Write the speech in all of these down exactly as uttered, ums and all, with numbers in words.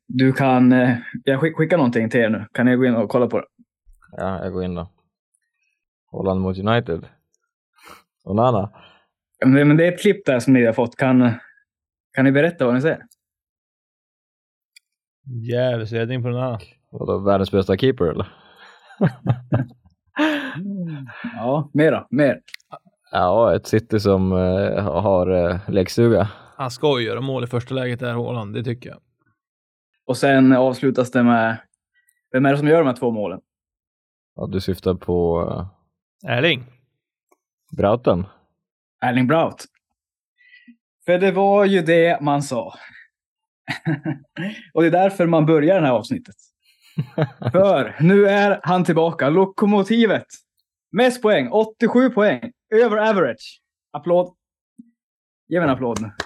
Du kan, jag skick, skickar någonting till er nu. Kan ni gå in och kolla på det? Ja, jag går in då. Holland mot United. Och Nana. Men det är ett klipp där som ni har fått. Kan, kan ni berätta vad ni ser? Jävelsledning på den här. Vadå, världens bästa keeper eller? Ja, mer då, mer. Ja, ett City som uh, har uh, lekstuga. Han ska ju göra mål i första läget där, Holland, det tycker jag. Och sen avslutas det med, vem är det som gör de här två målen? Ja, du syftar på uh, Erling. Brauten. Erling Braut. För det var ju det man sa. Och det är därför man börjar det här avsnittet. För nu är han tillbaka. Lokomotivet. Mest poäng. åttiosju poäng. Över average. Applåd. Ge mig en applåd nu.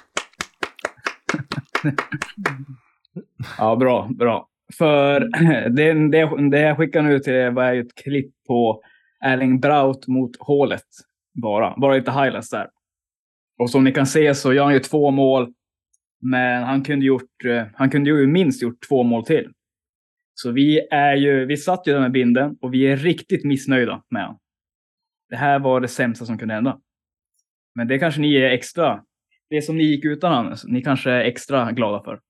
Ja, bra, bra. För det, det, det jag skickar nu till var ju ett klipp på Erling Braut mot hålet. Bara. Bara lite highlights där. Och som ni kan se så gör han ju två mål. Men han kunde gjort, han kunde ju minst gjort två mål till. Så vi är ju, vi satt ju där med binden och vi är riktigt missnöjda med honom. Det här var det sämsta som kunde hända. Men det kanske ni är extra, det som ni gick utan honom, ni kanske är extra glada för.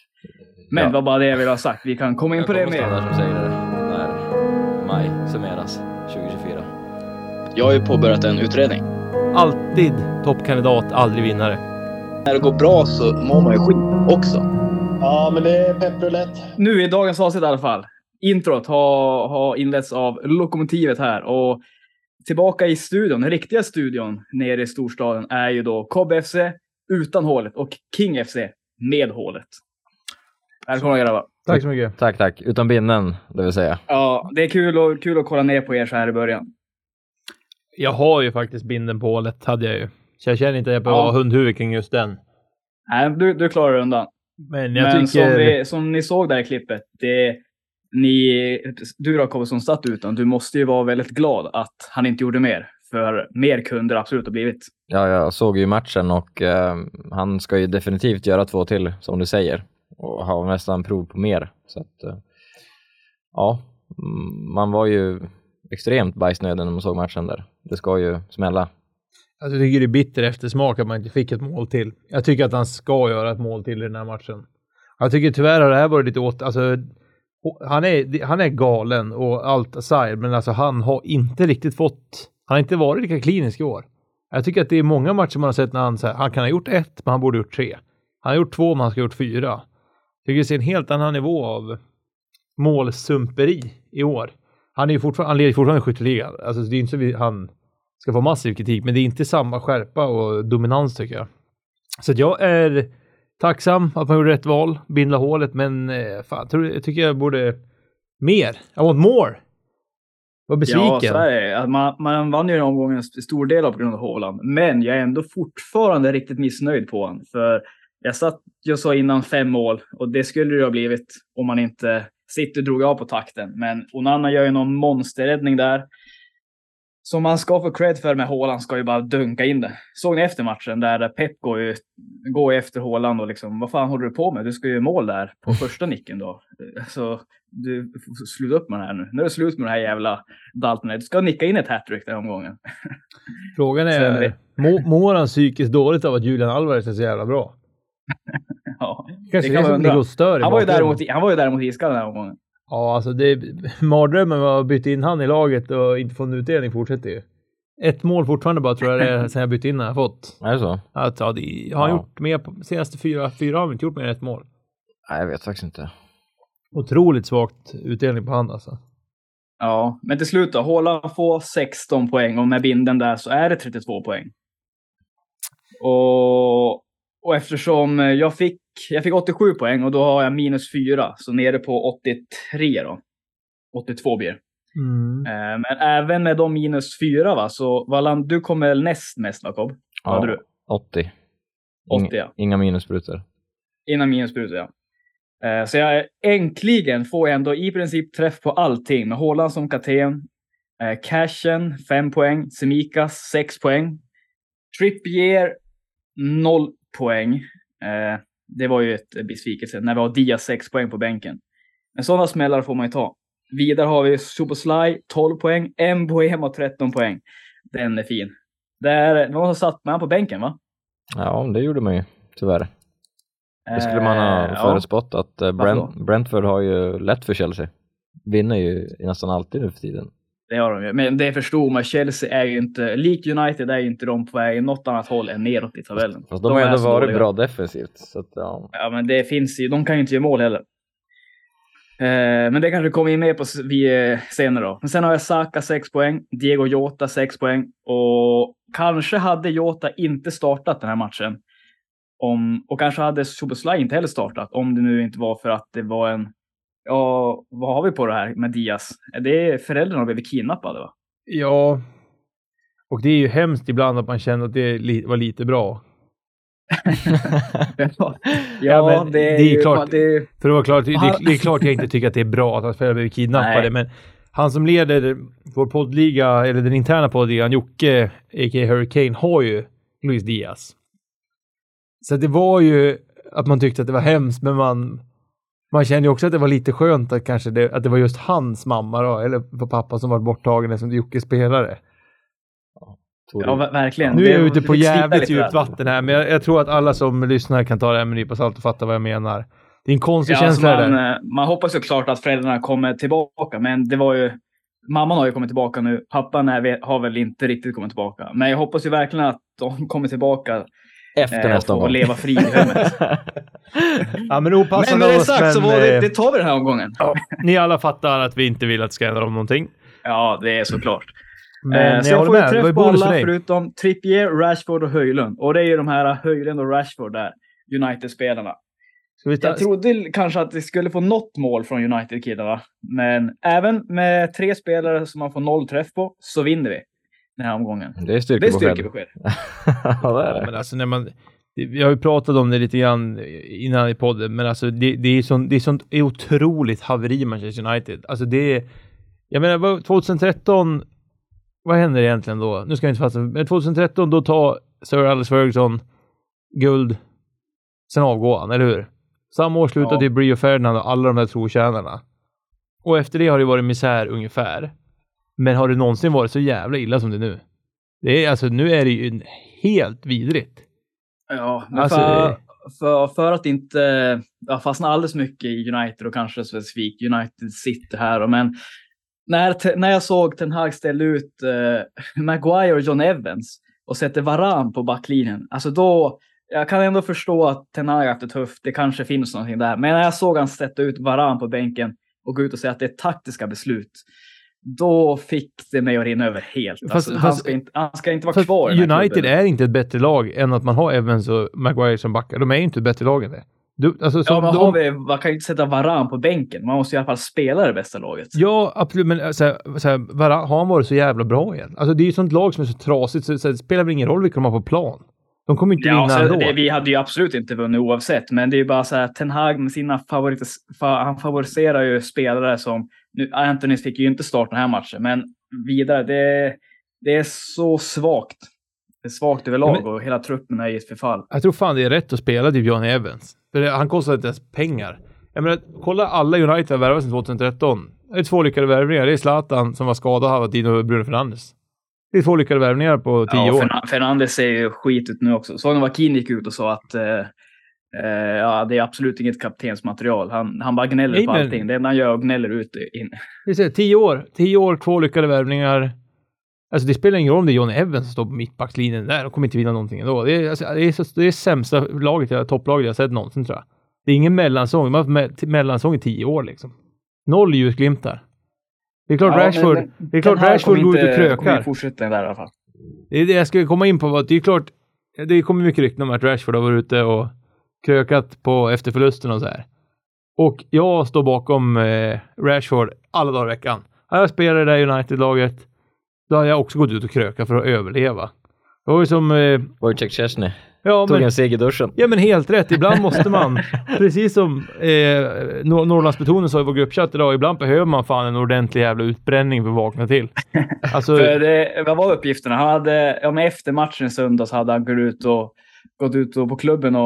Men ja. Det var bara det jag ville ha sagt. Vi kan komma in jag på det mer. Jag som säger det när maj summeras tjugo tjugofyra. Jag har ju påbörjat en utredning. Alltid toppkandidat, aldrig vinnare. När det går bra så mår man ju skit också. Ja, men det är pepprulett. Nu i dagens avsnitt i alla fall. Introt har, har inletts av Lokomotivet här. Och tillbaka i studion, den riktiga studion nere i storstaden är ju då K B F C utan hålet och King F C med hålet. Välkomna grabbar. Tack så mycket. Tack, tack. Utan binden, det vill säga. Ja, det är kul, och, kul att kolla ner på er så här i början. Jag har ju faktiskt binden på hålet, hade jag ju. Så jag känner inte att jag behöver ja. ha hundhuvud kring just den. Nej, du, du klarar det undan. Men jag Men tycker... som, vi, som ni såg där i klippet, det, ni, du Rakob som satt utan, du måste ju vara väldigt glad att han inte gjorde mer. För mer kunde det absolut ha blivit. Ja, jag såg ju matchen och eh, han ska ju definitivt göra två till, som du säger. Och ha nästan prov på mer. Så att, eh, ja, man var ju extremt bajsnödig när man såg matchen där. Det ska ju smälla. Alltså, jag tycker det är bitter eftersmak att man inte fick ett mål till. Jag tycker att han ska göra ett mål till i den här matchen. Jag tycker tyvärr har det här varit lite åt... Alltså, han, är, han är galen och allt aside, men alltså, han har inte riktigt fått... Han har inte varit lika klinisk i år. Jag tycker att det är många matcher man har sett när han... Så här, han kan ha gjort ett, men han borde ha gjort tre. Han har gjort två, men han ska ha gjort fyra. Jag tycker det är en helt annan nivå av målsumperi i år. Han är ju fortfarande... Han leder fortfarande skytteligan. Alltså, det är inte så vi, han... ska få massiv kritik, men det är inte samma skärpa och dominans tycker jag. Så att jag är tacksam att man gjorde rätt val, binda hålet, men eh, fan, tror, jag tycker jag borde mer. I want more. Var besviken. Ja, så är det. Man, man vann ju en omgång en stor del av grund av Haaland, men jag är ändå fortfarande riktigt missnöjd på honom. För jag satt ju så innan fem mål, och det skulle det ha blivit om man inte sitter och drog av på takten. Men Onana gör ju någon monsterräddning där. Som man ska få cred för med Haaland ska ju bara dunka in det. Såg ni efter matchen där Pep går ju går efter Haaland och liksom, vad fan håller du på med? Du ska ju mål där på första nicken då. Så du sluta upp med det här nu. Nu är det slut med det här jävla dalten. Du ska nicka in ett hattrick den omgången. Frågan är, må, mår han psykiskt dåligt av att Julian Alvarez är så jävla bra? Ja, kanske det kan man undra. Stör han, var ju däremot, han var ju däremot iskall den här omgången. Ja, alltså det mardrömmen var att byta in han i laget och inte få en utdelning fortsätter ju. Ett mål fortfarande bara tror jag det är sen jag bytt in när jag fått. Är det så? Att, ja, det, har han ja. gjort mer på senaste fyra, fyra har han inte gjort mer än ett mål. Nej, jag vet faktiskt inte. Otroligt svagt utdelning på han alltså. Ja, men till slut då, Haaland får sexton poäng och med binden där så är det trettiotvå poäng. Och, och eftersom jag fick Jag fick åttiosju poäng och då har jag minus fyra. Så nere på åttiotre då. åttiotvå blir. Mm. Men även med de minus fyra va. Så Valand, du kommer näst mest Jakob. Ja, hade du? åttio. åttio ja. Inga minussprutor. Inga minussprutor ja. Så jag äntligen får jag ändå i princip träff på allting. Med Haaland som kapten. Cashen fem poäng. Semikas sex poäng. Trippier noll poäng. Det var ju ett besvikelse när vi har Diaz sex poäng på bänken. Men sådana smällar får man ju ta. Vidare har vi Szoboszlai tolv poäng, Mbeumo tretton poäng. Den är fin. Det är någon som satt med på bänken, va? Ja, det gjorde man ju tyvärr. Det skulle man ha eh, förutspått att Varför Brent, då? Brentford har ju lätt för Chelsea. Vinner ju nästan alltid nu för tiden. Det har de ju. Men det förstod man. Chelsea är ju inte, likt United är ju inte de på väg något annat håll än neråt i tabellen. Fast de har ju är ändå så varit dåliga. bra defensivt. Så att, ja. Ja, men det finns ju, de kan ju inte göra mål heller. Eh, men det kanske kommer in mer på vi, eh, senare då. Men sen har jag Saka sex poäng, Diego Jota sex poäng. Och kanske hade Jota inte startat den här matchen. Om, och kanske hade Szoboszlai inte heller startat. Om det nu inte var för att det var en... Ja, vad har vi på det här med Diaz? Det är föräldrarna blev kidnappade, va? Ja. Och det är ju hemskt ibland att man känner att det li- var lite bra. ja, Ja, men det är, det är ju, klart. Det, För det var klart, det, Han- det är klart jag inte tycker att det är bra att hans föräldrar blev kidnappade, Nej. men han som leder vår poddliga, eller den interna poddligan, Jocke, a k a. Hurricane, har ju Luis Diaz. Så det var ju att man tyckte att det var hemskt, men man, man kände ju också att det var lite skönt att kanske det, att det var just hans mamma då, eller pappa som var borttagen som Jocke spelare. ja, ver- verkligen. Nu är jag Det- ute på det sliter jävligt lite djupt där. vatten här, men jag, jag tror att alla som lyssnar kan ta det här med en nypa salt och fatta vad jag menar. Det är en konstig Ja, alltså känsla man, där. eh, man hoppas ju klart att föräldrarna kommer tillbaka, men det var ju... Mamman har ju kommit tillbaka nu. Pappan är, har väl inte riktigt kommit tillbaka. Men jag hoppas ju verkligen att de kommer tillbaka Efter eh, och nästa får gång. leva fri i hemmet. Ja, men Men opassande med det oss, sagt så men, var det, eh, det tar vi den här omgången. ja, ni alla fattar att vi inte vill att det ska ändra om någonting. Ja, det är såklart. Men eh, så jag jag håller får ju med, det var träff ju på bonus för alla dig. förutom Trippier, Rashford och Höjlund. Och det är ju de här Höjlund och Rashford där, United-spelarna. Ska vi ta... Jag trodde kanske att det skulle få något mål från United-killarna. Men även med tre spelare som man får noll träff på så vinner vi den här omgången. Det är Det är styrkebesked. styrkebesked. Ja, det är Ja, det. men alltså när man... Vi har ju pratat om det lite grann innan i podden, men alltså det, det är sånt, det är sånt otroligt haveri Manchester United. Alltså det är... Jag menar, vad- tjugohundratretton... Vad händer egentligen då? Nu ska jag inte fasta, men tjugohundratretton då tar Sir Alex Ferguson guld, sen avgår han, eller hur? Samma år slutade Ja. det Brio Ferdinand och alla de där trotjänarna. Och efter det har det varit misär ungefär. Men har det någonsin varit så jävla illa som det nu? Det är, alltså, nu är det ju helt vidrigt. Ja, men Alltså, för, det- för, för att inte ja, fastna alldeles mycket i United och kanske specifikt United City här. Men när, te- när jag såg Ten Hag ställa ut eh, Maguire och John Evans och sätter Varane på backlinjen. Alltså då, jag kan ändå förstå att Ten Hag har haft det tufft. Det kanske finns någonting där. Men när jag såg han sätta ut Varane på bänken och gå ut och säga att det är taktiska beslut. Då fick det mig att rinna över helt. Fast- Alltså, han, fast- ska inte, han ska inte vara Fast kvar i den här United klubben. är inte ett bättre lag än att man har Evans och Maguire som backar. De är ju inte ett bättre lag än det. Du, alltså, som Ja, men de, har vi, man kan ju inte sätta Varann på bänken. Man måste i alla fall spela det bästa laget. Ja, absolut. Men så här, så här, Varane, har han varit så jävla bra igen? Alltså det är ju ett sånt lag som är så trasigt så, så det spelar väl ingen roll vilka de har på plan. De kommer inte Ja, vinna så ändå. det, vi hade ju absolut inte vunnit oavsett. Men det är ju bara så här, Ten Hag med sina favoriter, fa, han favoriserar ju spelare som, nu, Anthony fick ju inte starta den här matchen, men vidare, det, det är så svagt. Det är svagt överlag Ja, men- och hela truppen är i ett förfall. Jag tror fan det är rätt att spela typ Johnny Evans. För det, han kostar inte ens pengar. Jag menar, kolla alla United har värvat sedan tjugohundratretton. Det är två lyckade värvningar. Det är Zlatan som var skadad, Havertz och Bruno Fernandes. Det är två lyckade värvningar på tio Ja, år. Fernan- Fernandes ser ju skit ut nu också. Så när Joaquin gick ut och sa att eh, eh, ja, det är absolut inget kaptensmaterial. Han, han bara gnäller Nej, på men- allting. Det enda han gör är att gnäller ut in. Vi ser, tio år. Tio år, två lyckade värvningar. Alltså det spelar ingen roll om det är Johnny Evans som står på mittbackslinjen där. De kommer inte vinna någonting ändå. Det är, alltså, det är, så, det är sämsta laget, jag, topplaget jag har sett någonsin tror jag. Det är ingen mellansång. De har haft me- mellansång i tio år liksom. Noll ljusglimtar. Det är klart Ja, Rashford, men- det är klart Den här Rashford kommer går ut och inte- kommer krökar. ju fortsätta där i alla fall. Det är det jag skulle komma in på. Var att det är klart, det kommer mycket rykten om att Rashford har varit ute och krökat på efter förlusten och så här. Och jag står bakom eh, Rashford alla dagar i veckan. När jag spelar i det där United-laget, då har jag också gått ut och krökat för att överleva. Det var ju som... Eh, Wojciech Szczesny ja, tog men, en seg i duschen. ja, men helt rätt. Ibland måste man, precis som eh, Nor- Norrlandsbetonen sa i vår gruppchatt idag, ibland behöver man fan en ordentlig jävla utbränning för att vakna till. Alltså, För det, vad var uppgifterna? Han hade, ja, men efter matchen i söndags hade han gått ut och, gått ut och på klubben och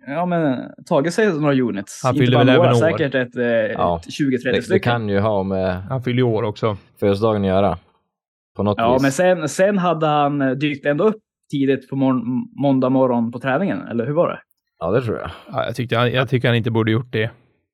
ja, men tagit sig några units. Han Inte fyller bara väl några, även år. säkert ett, eh, Ja, ett tjugo trettio Det, det stycken. kan ju ha med Han fyller ju år också. födelsedagen att göra. På något Ja, vis. men sen, sen hade han dykt ändå upp tidigt på mor- måndag morgon på träningen, eller hur var det? Ja, det tror jag. Ja, jag, tyckte han, jag tycker han inte borde gjort det.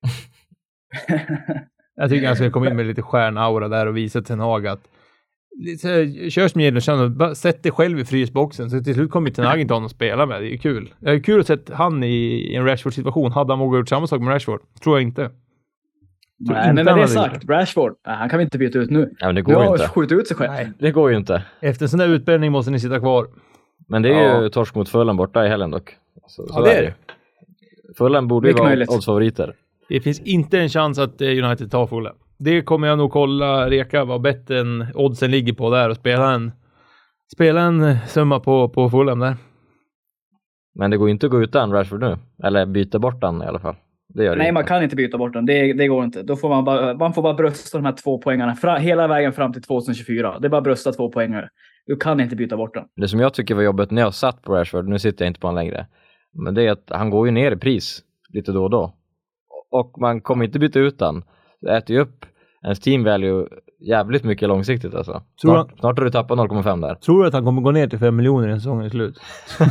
Jag tycker han ska komma in med lite stjärnaura där och visa Ten Hag att kör som Jedlund, bara sätt dig själv i frysboxen så till slut kommer Ten Hag inte ha någon att spela med. Det är kul. Det är kul att se han i, i en Rashford-situation. Hade han vågat gjort samma sak med Rashford? Tror jag inte. Tror Nej, inte men med han det hade sagt, Rashford, nej, han kan vi inte byta ut nu. Ja, men det Nu går ju har inte. han skjutit ut sig själv. Nej. Det går ju inte. Efter en sån där utbränning måste ni sitta kvar. Men det är Ja. ju torsk mot Fulham borta i helgen dock. Så, så Ja, det är det. Fulham borde ju Mycket vara möjligt. oddsfavoriter. Det finns inte en chans att eh, United tar Fulham. Det kommer jag nog kolla, reka vad bättre än oddsen ligger på där och spela en, spela en summa på, på Fulham där. Men det går ju inte att gå utan Rashford nu. Eller byta bort den i alla fall. Det gör det Nej, inte. man kan inte byta bort den. Det, det går inte. Då får man, bara, man får bara brösta de här två poängarna fra, hela vägen fram till tjugohundratjugofyra. Det är bara brösta två poängare. Du kan inte byta bort den. Det som jag tycker var jobbigt när jag satt på Rashford, nu sitter jag inte på honom längre, men det är att han går ju ner i pris lite då och då. Och man kommer inte byta ut den. Det äter ju upp ens team value jävligt mycket långsiktigt alltså. Tror Snart, snart har du tappat noll komma fem där. Tror du att han kommer gå ner till fem miljoner i en säsong i slut?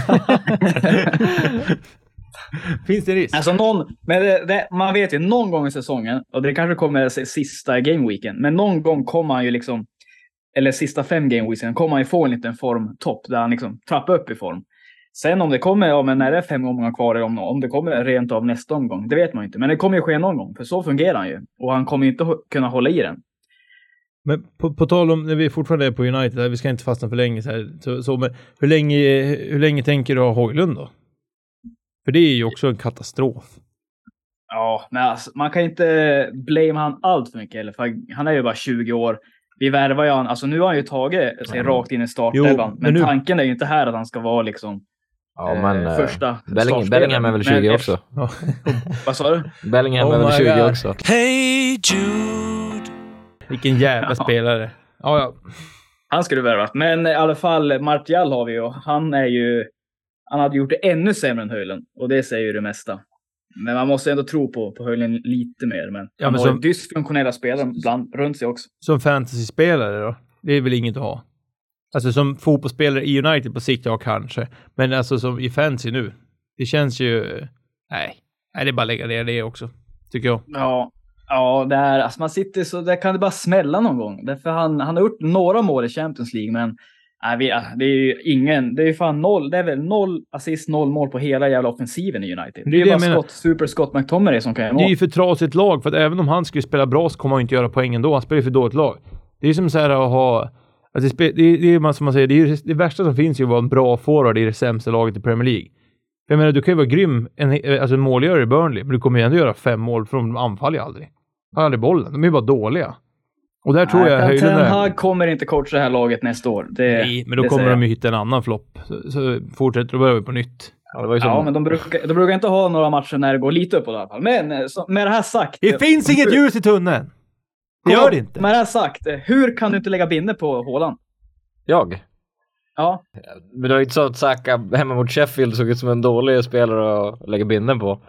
Finns det risk? Alltså någon, men det, det, man vet ju någon gång i säsongen, och det kanske kommer se- sista gameweeken, men någon gång kommer han ju liksom, eller sista fem gameweeken, kommer han ju få en liten formtopp där han liksom trappar upp i form. Sen om det kommer, ja men när det är fem omgångar kvar, eller om, om det kommer rent av nästa omgång, det vet man ju inte. Men det kommer ju ske någon gång, för så fungerar han ju. Och han kommer ju inte ho- kunna hålla i den. Men på, på tal om, när vi fortfarande är på United, här, vi ska inte fastna för länge så här, så, så, men hur länge, hur länge tänker du ha Højlund då? För det är ju också en katastrof. Ja, men alltså, man kan inte blame han allt för mycket heller, för han är ju bara tjugo år. Vi värvar ju han, alltså nu har han ju tagit sig Mm. rakt in i startelvan. Jo, Men, men nu- tanken är ju inte här att han ska vara liksom Ja, eh, men, eh, första Bellingham, startspelaren. Bellingham är väl tjugo Men- också. Ja. Vad sa du? Bellingham Oh är väl my tjugo God. också. Hey Jude. Vilken jävla spelare. Ja, ja. Han skulle värvat. Men i alla fall, Martial har vi ju. Han är ju... Han hade gjort det ännu sämre än Højlund. Och det säger ju det mesta. Men man måste ändå tro på, på Højlund lite mer. Men Ja, han men har som- ju dysfunktionella spelare bland, runt sig också. Som fantasy-spelare då? Det är väl inget att ha. Alltså som fotbollsspelare i United på sikt, ja kanske. Men alltså som i fantasy nu. Det känns ju... Nej. Nej, det är bara att lägga ner det också. Tycker jag. Ja, ja det är, alltså man sitter så... Där kan det bara smälla någon gång. Därför han, han har gjort några mål i Champions League. Men nej, vi, det är ju ingen... Det är ju fan noll... Det är väl noll assist, noll mål på hela jävla offensiven i United. Det är det ju jag bara menar. Scott, super Scott McTominay som kan göra Det är mål. ju för trasigt lag, för att även om han skulle spela bra så kommer han inte göra poäng ändå. Han spelar ju för dåligt lag. Det är som så här att ha... Alltså det, spe, det, är, det är som man säger, det, är ju, det värsta som finns ju att vara en bra forward i det sämsta laget i Premier League. För jag menar, du kan ju vara grym, en, alltså en målgörare i Burnley, men du kommer ju ändå göra fem mål för de anfaller ju aldrig. Har aldrig bollen. De är ju bara dåliga. Och där tror jag Højlund Ten är... Hag kommer inte coacha det här laget nästa år. Det, Nej, men då det kommer säger de jag. ju hitta en annan flopp. Så, så fortsätter då börjar vi på nytt. Ja, det var ju som... Ja, men de brukar, de brukar inte ha några matcher när det går lite upp i alla fall. Men eh, så, med det här sagt... Det finns inget ljus i tunneln! Det gör det inte. Med det här sagt, eh, hur kan du inte lägga binde på Haaland? Jag? Ja, Men det var ju inte så att Saka hemma mot Sheffield såg ut som en dålig spelare att lägga binden på.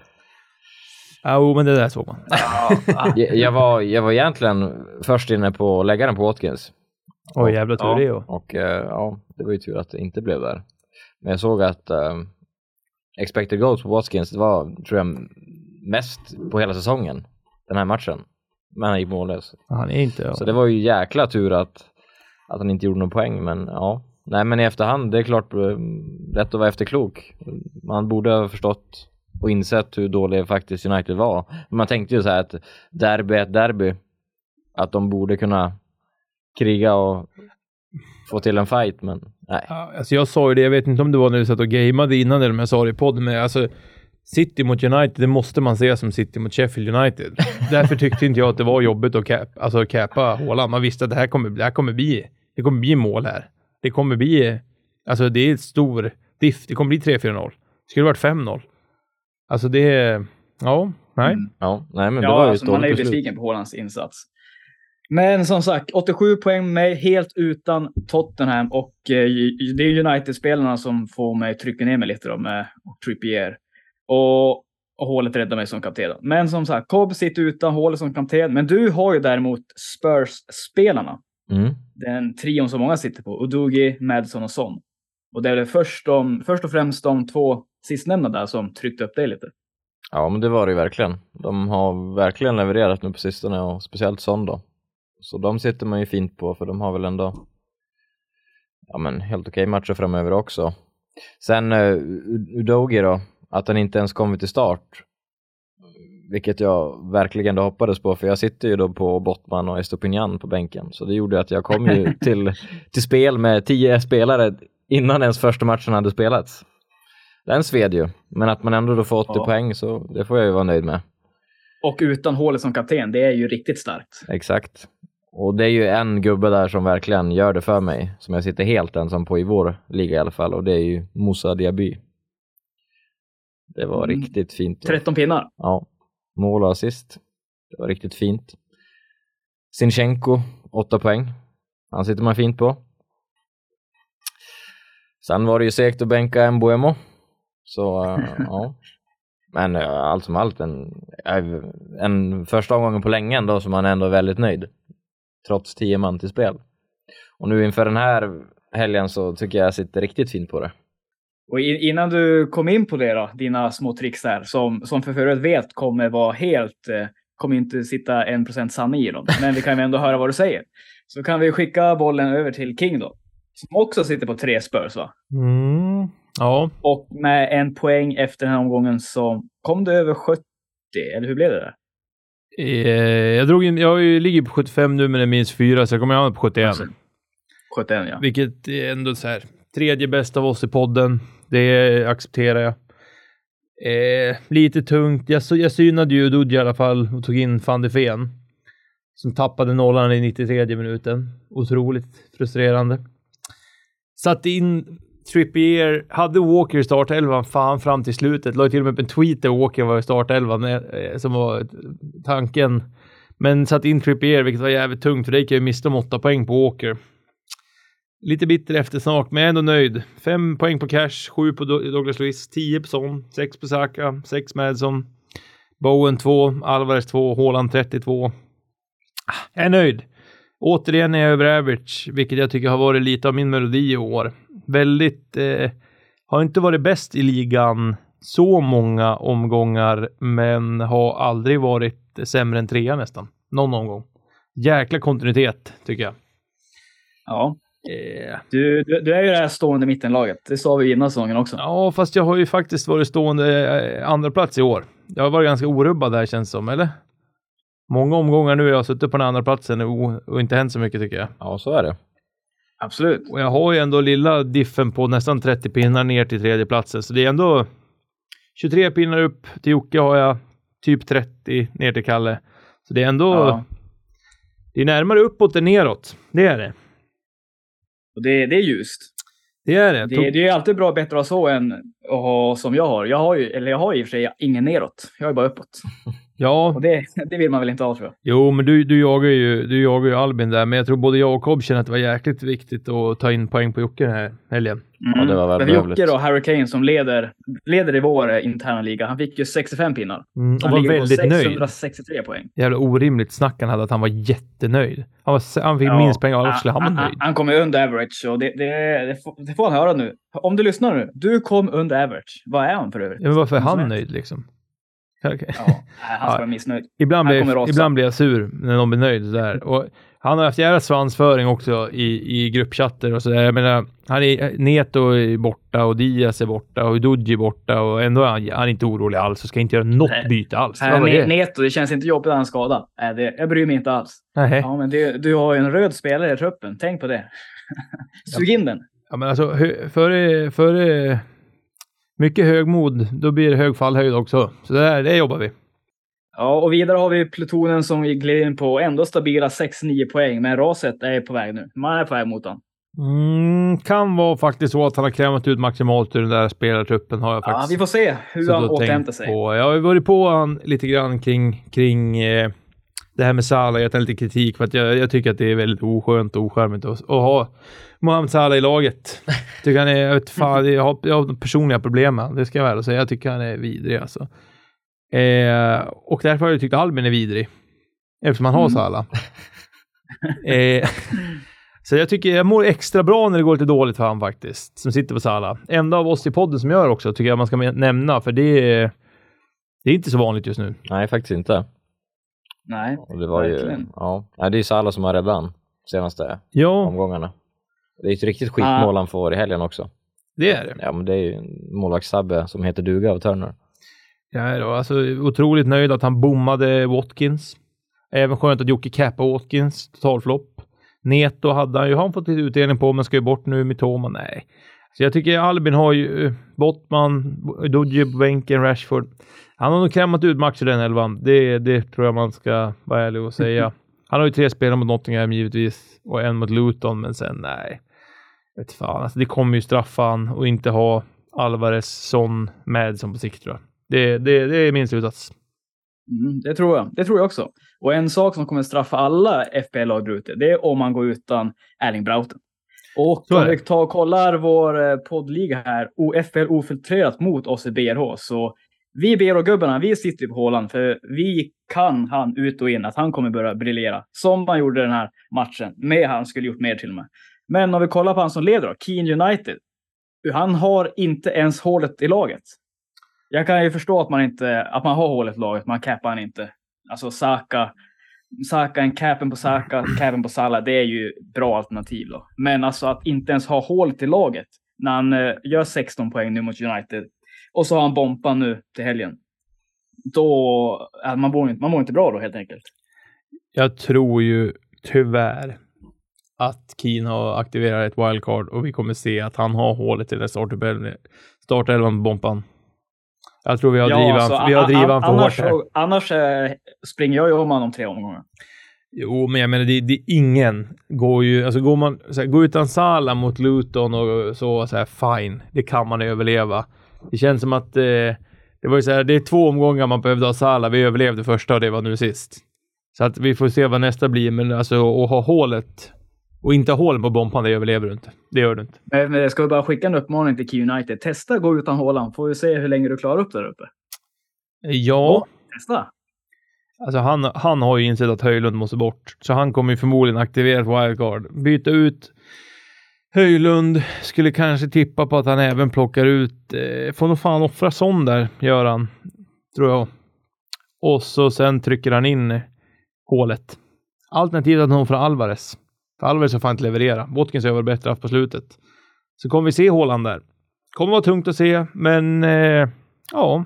Ja, men det där såg man. Jag, jag, var, jag var egentligen först inne på att lägga den på Watkins. Oj, jävla tur Ja. det ju. Och eh, ja, det var ju tur att det inte blev där. Men jag såg att eh, expected goals på Watkins, det var, tror jag, mest på hela säsongen. Den här matchen. Men han gick mållös. Han är inte... Så det var ju jäkla tur att, att han inte gjorde någon poäng. Men ja, nej, men i efterhand, det är klart eh, rätt att vara efterklok. Man borde ha förstått och insett hur dålig faktiskt United var. Men man tänkte ju så här att derby är ett derby. Att de borde kunna kriga och få till en fight, men nej. Ja, alltså jag sa ju det, jag vet inte om det var när du satt och gameade innan eller om jag sa det i podden, men alltså City mot United, det måste man se som City mot Sheffield United. Därför tyckte inte jag att det var jobbigt att cap, alltså cappa Haaland. Man visste att det här kommer, det här kommer bli, det kommer bli mål här. Det kommer bli, alltså det är ett stor diff, det kommer bli tre fyra noll. Det skulle varit fem noll. Alltså det är, ja, nej. Mm. Ja, nej, men det ja var ju alltså, ett man är ju dåligt beslut. besviken på Haalands insats. Men som sagt, åttiosju poäng med helt utan Tottenham. Och eh, det är United-spelarna som får mig trycka ner mig lite då med och Trippier. Och, och Hålet räddar mig som kapten. Men som sagt, Cobb sitter utan Hålet som kapten. Men du har ju däremot Spurs-spelarna. Mm. Den trion som många sitter på. Udogi, Madison och Son. Och det är väl först, de, först och främst de två sistnämnda där som tryckte upp dig lite. Ja, men det var det ju verkligen. De har verkligen levererat nu på sistone, och speciellt Son då. Så de sitter man ju fint på, för de har väl ändå ja, men helt okej matcher framöver också. Sen uh, Udogi då, att han inte ens kommer till start. Vilket jag verkligen då hoppades på, för jag sitter ju då på Bottman och Estopinian på bänken. Så det gjorde att jag kom ju till, till spel med tio spelare innan ens första matchen hade spelats. Den sved ju, men att man ändå då får åttio ja. poäng, så det får jag ju vara nöjd med. Och utan Hålet som kapten, det är ju riktigt starkt. Exakt. Och det är ju en gubbe där som verkligen gör det för mig, som jag sitter helt ensam på i vår liga i alla fall, och det är ju Moussa Diaby. Det var mm. riktigt fint. tretton pinnar. Ja, mål och assist. Det var riktigt fint. Sinchenko, åtta poäng. Han sitter man fint på. Sen var det ju segt att bänka Mbuemo. Så, uh, ja. Men uh, allt som allt, en, en första omgången på länge ändå, som man ändå är väldigt nöjd. Trots tio man till spel. Och nu inför den här helgen så tycker jag jag sitter riktigt fint på det. Och innan du kom in på det då, dina små tricks där, som, som för förut vet kommer vara helt, eh, kommer inte sitta en procent sanning i dem. Men vi kan ju ändå höra vad du säger. Så kan vi skicka bollen över till King då. Som också sitter på tre Spurs, va? Mm, ja. Och med en poäng efter den här omgången så kom det över sjuttio, eller hur blev det där? Eh, jag drog in, jag ligger på sjuttiofem nu, men det är minst fyra, så jag kommer hamna på sjuttioen. Alltså, sjuttioen, ja. Vilket är ändå så här, tredje bästa av oss i podden. Det accepterar jag. Eh, lite tungt. Jag, jag synade ju Dudj i alla fall och tog in Van de Ven, som tappade nollan i nittiotredje minuten. Otroligt frustrerande. Satt in Trippier, hade Walker i startelvan fan fram till slutet. Lade till och med upp en tweet där Walker var i startelvan, eh, som var tanken. Men satt in Trippier, vilket var jävligt tungt, för det gick jag ju mista om åtta poäng på Walker. Lite bitter eftersmak, men ändå nöjd. Fem poäng på Cash, sju på Douglas Luiz, tio på Son, sex på Saka, sex Madison, Bowen två, Alvarez två, Haaland trettiotvå. Jag är nöjd. Återigen är jag över average, vilket jag tycker har varit lite av min melodi i år. Väldigt, eh, har inte varit bäst i ligan så många omgångar, men har aldrig varit sämre än trea nästan. Någon omgång. Jäkla kontinuitet, tycker jag. Ja. Yeah. Du, du, du är ju det här stående mittenlaget. Det sa vi innan säsongen också. Ja, fast jag har ju faktiskt varit stående andra plats i år. Jag har varit ganska orubbad där, känns som, eller? Många omgångar nu har jag suttit på den andra platsen och, och inte hänt så mycket, tycker jag. Ja, så är det. Absolut. Och jag har ju ändå lilla diffen på nästan trettio pinnar ner till tredje platsen. Så det är ändå tjugotre pinnar upp till Jocke, har jag typ trettio ner till Kalle. Så det är ändå ja. Det är närmare uppåt än neråt. Det är det. Och det, det är just. Det är det. Det, det är alltid bra, bättre att ha så än att ha som jag har. Jag har ju, eller jag har i och för sig ingen neråt. Jag är bara uppåt. Ja. Och det, det vill man väl inte ha, tror jag. Jo, men du, du, jagar ju, du jagar ju Albin där. Men jag tror både jag och Cobb känner att det var jäkligt viktigt att ta in poäng på Jocke den här helgen. Mm. Ja, det var väl Jocke då, Harry Kane, som leder, leder i vår interna liga. Han fick ju sextiofem pinnar. Mm, och han var väldigt nöjd. sexhundrasextiotre poäng. Jävla orimligt snack han hade att han var jättenöjd. Han, var, han fick ja. minst pengar av Arsenal. Han var nöjd. Han, han kom under average. Och det, det, det, får, det får han höra nu. Om du lyssnar nu. Du kom under average. Vad är han för övrigt? Ja, men varför är han nöjd liksom? Okay. Ja, han ska vara missnöjd. Ibland blir, ibland blir jag sur när någon blir nöjd där. Och han har haft jävla svansföring också i, i gruppchatter och sådär. Jag menar, han är, Neto är borta och Diaz är borta och Dudji är borta och ändå är han, han är inte orolig alls och ska inte göra något Nej. byte alls. Nej, ne- Neto, det känns inte jobbigt att han skadad. Nej, det, jag bryr mig inte alls. Nej. Ja, men det, du har ju en röd spelare i truppen. Tänk på det. Sug in den. Ja, men alltså, före... före mycket högmod, då blir det hög fallhöjd också. Så det, där, det jobbar vi. Ja, och vidare har vi plutonen som vi glider in på ändå stabila sex nio poäng. Men raset är på väg nu. Man är på väg mot han. Mm, kan vara faktiskt så att han har krämat ut maximalt ur den där spelartruppen. Har jag faktiskt. Ja, vi får se hur han återhämtar sig. På. Jag har varit på han lite grann kring, kring eh, det här med Salah, jag tar lite kritik för att jag, jag tycker att det är väldigt oskönt och ocharmigt att, att ha Mohamed Salah i laget. Tycker han är, jag vet fan, jag har, jag har personliga problem med, det ska jag väl säga. Jag tycker han är vidrig alltså. Eh, och därför har jag tyckt Albin är vidrig. Eftersom man har mm. Salah. eh, så jag tycker jag mår extra bra när det går lite dåligt för han faktiskt. Som sitter på Salah. En av oss i podden som gör också tycker jag man ska nämna. För det är, det är inte så vanligt just nu. Nej, faktiskt inte. Nej, och det var ju, ja, det är ju Salah som har räddat han senaste ja. omgångarna. Det är ett riktigt skitmål ah. han får i helgen också. Det är det. Ja, men det är ju en målvaktssabbe som heter duga av Turner. Ja, då, alltså otroligt nöjd att han bommade Watkins. Även skönt att Jocke cappade Watkins, totalflopp. Neto hade han ju, har han fått lite utdelning på, men ska ju bort nu med Toma, nej. Så jag tycker Albin har ju Bottman, Dodge på bänken, Rashford. Han har nog krämmat ut matcher den elvan. Det, det tror jag man ska vara ärlig och säga. Han har ju tre spelare mot Nottingham givetvis. Och en mot Luton, men sen nej. Vet fan, alltså det kommer ju straffan och inte ha Alvarez Son med som på sikt tror jag. Det, det, det är min slutsats. Mm, det tror jag. Det tror jag också. Och en sak som kommer straffa alla F P L-lag där ute, det är om man går utan Erling Brauten. Och om vi tar och kollar vår poddliga här, O F P L ofiltrerat mot oss i B R H, så vi B R H-gubbarna, vi sitter på Håland för vi kan han ut och in, att han kommer börja briljera. Som man gjorde den här matchen, med han skulle gjort mer till och med. Men om vi kollar på han som leder då, Keane United, han har inte ens hålet i laget. Jag kan ju förstå att man inte att man har hålet i laget, man cappar han inte. Alltså Saka, Saka en capen på Saka, capen på Salah, det är ju bra alternativ då. Men alltså att inte ens ha hålet i laget när han uh, gör sexton poäng nu mot United och så har han bomban nu till helgen. Då äh, man mår inte man mår inte bra då helt enkelt. Jag tror ju tyvärr att Keane har aktiverat ett wildcard och vi kommer se att han har hålet till den startelvan startelvan med bomban. Jag tror vi har ja, drivan, alltså, vi har drivan för annars, hårt här. Annars eh, springer jag ju om honom tre omgångar. Jo, men jag menar, det, det är ingen går ju, alltså går man så här, går utan Salah mot Luton och så, så här, fine, det kan man överleva. Det känns som att eh, det var ju så här, det är två omgångar man behövde ha Salah, vi överlevde första och det var nu sist. Så att vi får se vad nästa blir, men alltså att ha hålet och inte ha hålen på bomban, det överlever du inte. Det gör du inte. Men, men ska vi bara skicka en uppmaning till Q United. Testa gå utan hålan. Får vi se hur länge du klarar upp där uppe. Ja. Och, testa. Alltså han, han har ju insett att Höjlund måste bort. Så han kommer ju förmodligen aktivera ett wildcard. Byta ut Höjlund. Skulle kanske tippa på att han även plockar ut. Eh, får nog fan offra sån där, gör han. Tror jag. Och så sen trycker han in hålet. Alternativt att någon från Alvarez. För Alvarez har fan inte leverera. Watkins har varit bättre på slutet. Så kommer vi se Håland där. Kommer vara tungt att se. Men eh, ja.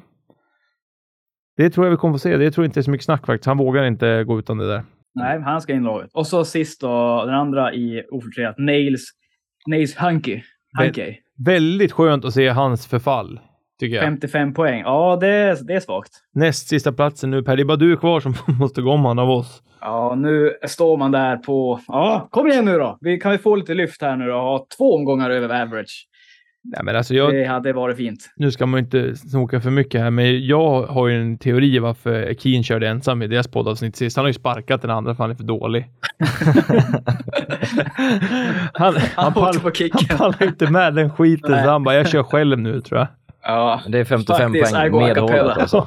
Det tror jag vi kommer få se. Det tror jag inte är så mycket snack faktiskt. Han vågar inte gå utan det där. Nej, han ska in laget. Och så sist då. Den andra i ofiltrerat. Nails. Nails Hunky. Hunky. Vä- väldigt skönt att se hans förfall. Tycker jag. femtiofem poäng. Ja, det är, det är svagt. Näst sista platsen nu. Per, det är bara du kvar som måste gå om han av oss. Ja, nu står man där på... Ja, kom igen nu då. Vi kan vi få lite lyft här nu då. Ha två omgångar över average. Nej, men alltså jag, det hade varit fint. Nu ska man inte snoka för mycket här, men jag har ju en teori varför Keane körde ensam i deras poddavsnitt sist. Han har ju sparkat den andra för han är för dålig. han, han, han, pall, han pallar inte med den skiten. Så han bara, jag kör själv nu tror jag. Ja, det är femtiofem faktiskt, poäng med hålet alltså.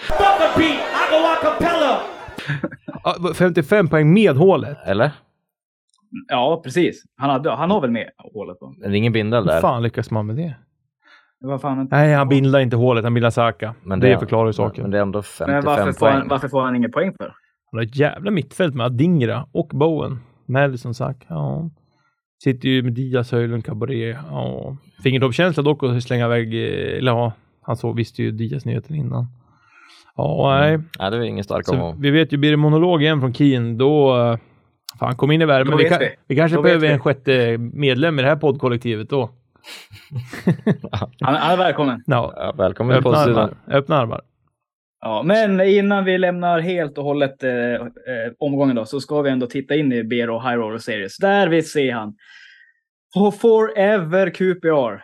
femtiofem poäng med hålet. Eller? Ja, precis. Han, hade, han har väl med hålet då. Det är ingen bindel där. Hur fan lyckas man med det? det var fan inte... Nej, han bindlar inte hålet. Han bindlar Saka. Men det, det förklarar ju saken. Men det är ändå femtiofem men varför poäng. Får han, varför får han ingen poäng för? Han har ett jävla mittfält med Adingra och Bowen. Madison Saka. Ja. Sitter ju med Diaz, Höjlund, Cabaret. Ja. Fingertoppkänsla dock att slänga iväg. Eller ja, han så visste ju Diaz nyheten innan. Ja, nej. Mm. Nej, det är ingen stark omgång. Vi vet ju, blir det monolog igen från Keane, då... Fan, kom in i värmen. Vi, kan, vi. vi kanske då behöver en sjätte medlem i det här poddkollektivet då. han, han är välkommen. No. Ja, välkommen öppna på armar. Öppna armar. Ja, men innan vi lämnar helt och hållet eh, eh, omgången då, så ska vi ändå titta in i B R O High Roller Series. Där vi ser han. På Forever Q P R.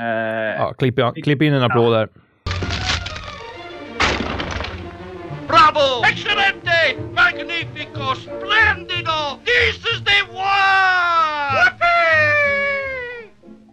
Eh, ja, klipp, klipp in en applåd där. Bravo! Bravo! Excelente! Magnifico! Splendido! This is the one! Whoopee!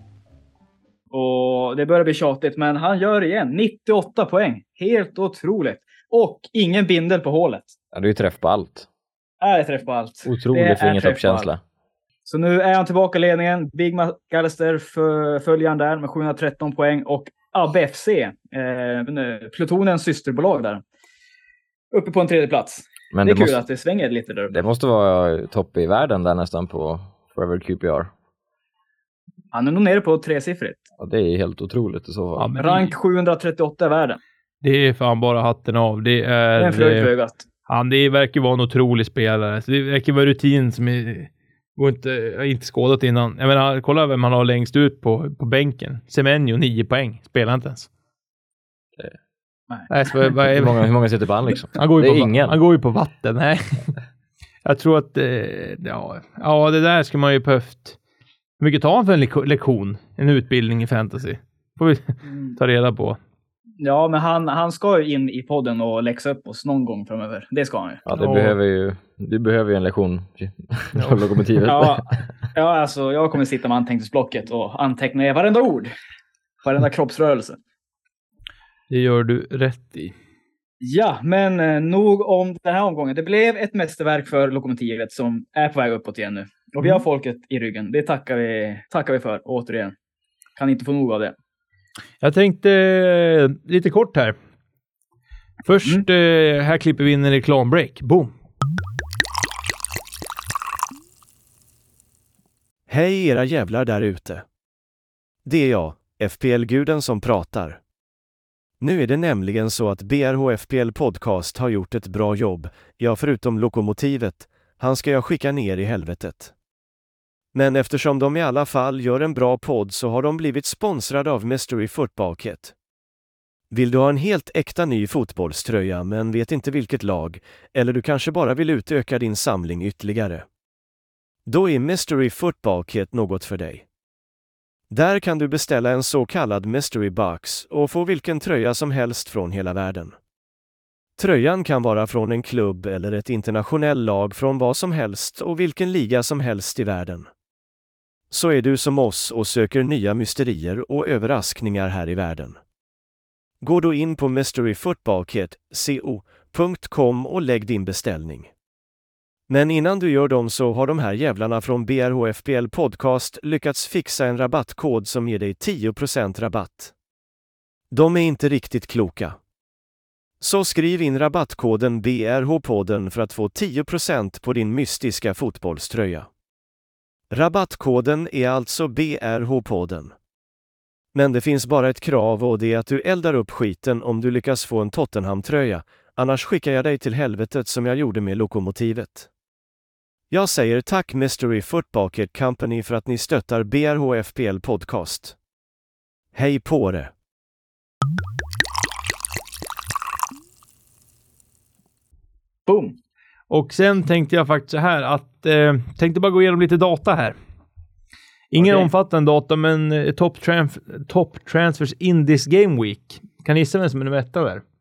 Och det börjar bli tjatigt, men han gör igen. nittioåtta poäng. Helt otroligt. Och ingen bindel på hålet. Ja, det är ju träff på allt. Är det träff på allt. Otrolig fingertoppskänsla. Så nu är han tillbaka i ledningen. Big McAllister följer han där med sjuhundratretton poäng. Och Abbe F C, eh, Plutonens systerbolag där, uppe på en tredje plats. Men det är det kul måste, att det svänger lite där uppe. Det måste vara topp i världen där nästan på Forever Q P R. Han är nog nere på tresiffrigt. Ja, det är helt otroligt i så fall. Ja, rank sjuhundratrettioåtta i världen. Det är fan bara hatten av. Det är... Det är en flöjt för ögat. Han, det verkar vara en otrolig spelare. Så det verkar vara rutin som är, går inte, jag har inte skådat innan. Jag menar, kolla vem han har längst ut på, på bänken. Semenyo, nio poäng. Spelar inte ens. Det... Nej. Nej, så, vad är... hur, många, hur många sitter på han liksom? Han går ju det är på, ingen. Han går ju på vatten. Nej. Jag tror att, eh, ja, ja, det där ska man ju behövt. Hur mycket tar han för en le- lektion? En utbildning i fantasy? Får vi ta reda på. Ja, men han, han ska ju in i podden och läxa upp oss någon gång framöver. Det ska han ju. Ja, det och... behöver ju... Du behöver ju en lektion på lokomotivet. Ja, ja, alltså jag kommer sitta med anteckningsblocket och anteckna varenda ord. Varenda kroppsrörelse. Det gör du rätt i. Ja, men eh, nog om den här omgången. Det blev ett mästerverk för lokomotivet som är på väg uppåt igen nu. Och vi har folket i ryggen. Det tackar vi, tackar vi för, återigen. Kan inte få nog av det. Jag tänkte eh, lite kort här. Först, mm. eh, här klipper vi in en reklambreak. Boom! Hej era jävlar där ute. Det är jag, F P L-guden som pratar. Nu är det nämligen så att B R H F P L Podcast har gjort ett bra jobb. Ja, förutom lokomotivet, han ska jag skicka ner i helvetet. Men eftersom de i alla fall gör en bra podd så har de blivit sponsrade av Mystery Football Kit. Vill du ha en helt äkta ny fotbollströja men vet inte vilket lag, eller du kanske bara vill utöka din samling ytterligare? Då är Mystery Football Kit något för dig. Där kan du beställa en så kallad Mystery Box och få vilken tröja som helst från hela världen. Tröjan kan vara från en klubb eller ett internationell lag från vad som helst och vilken liga som helst i världen. Så är du som oss och söker nya mysterier och överraskningar här i världen. Gå då in på mystery football kit punkt com och lägg din beställning. Men innan du gör dem så har de här jävlarna från B R H F P L Podcast lyckats fixa en rabattkod som ger dig tio procent rabatt. De är inte riktigt kloka. Så skriv in rabattkoden B R H-podden för att få tio procent på din mystiska fotbollströja. Rabattkoden är alltså B R H-podden. Men det finns bara ett krav och det är att du eldar upp skiten om du lyckas få en Tottenham-tröja, annars skickar jag dig till helvetet som jag gjorde med lokomotivet. Jag säger tack Mystery Football Kit Company för att ni stöttar B R H F P L Podcast. Hej på det! Boom! Och sen tänkte jag faktiskt så här att eh, tänkte bara gå igenom lite data här. Ingen okay. omfattande data, men eh, top, transf- top transfers in this game week. Kan ni gissa vem som är nummer ett där? Eh,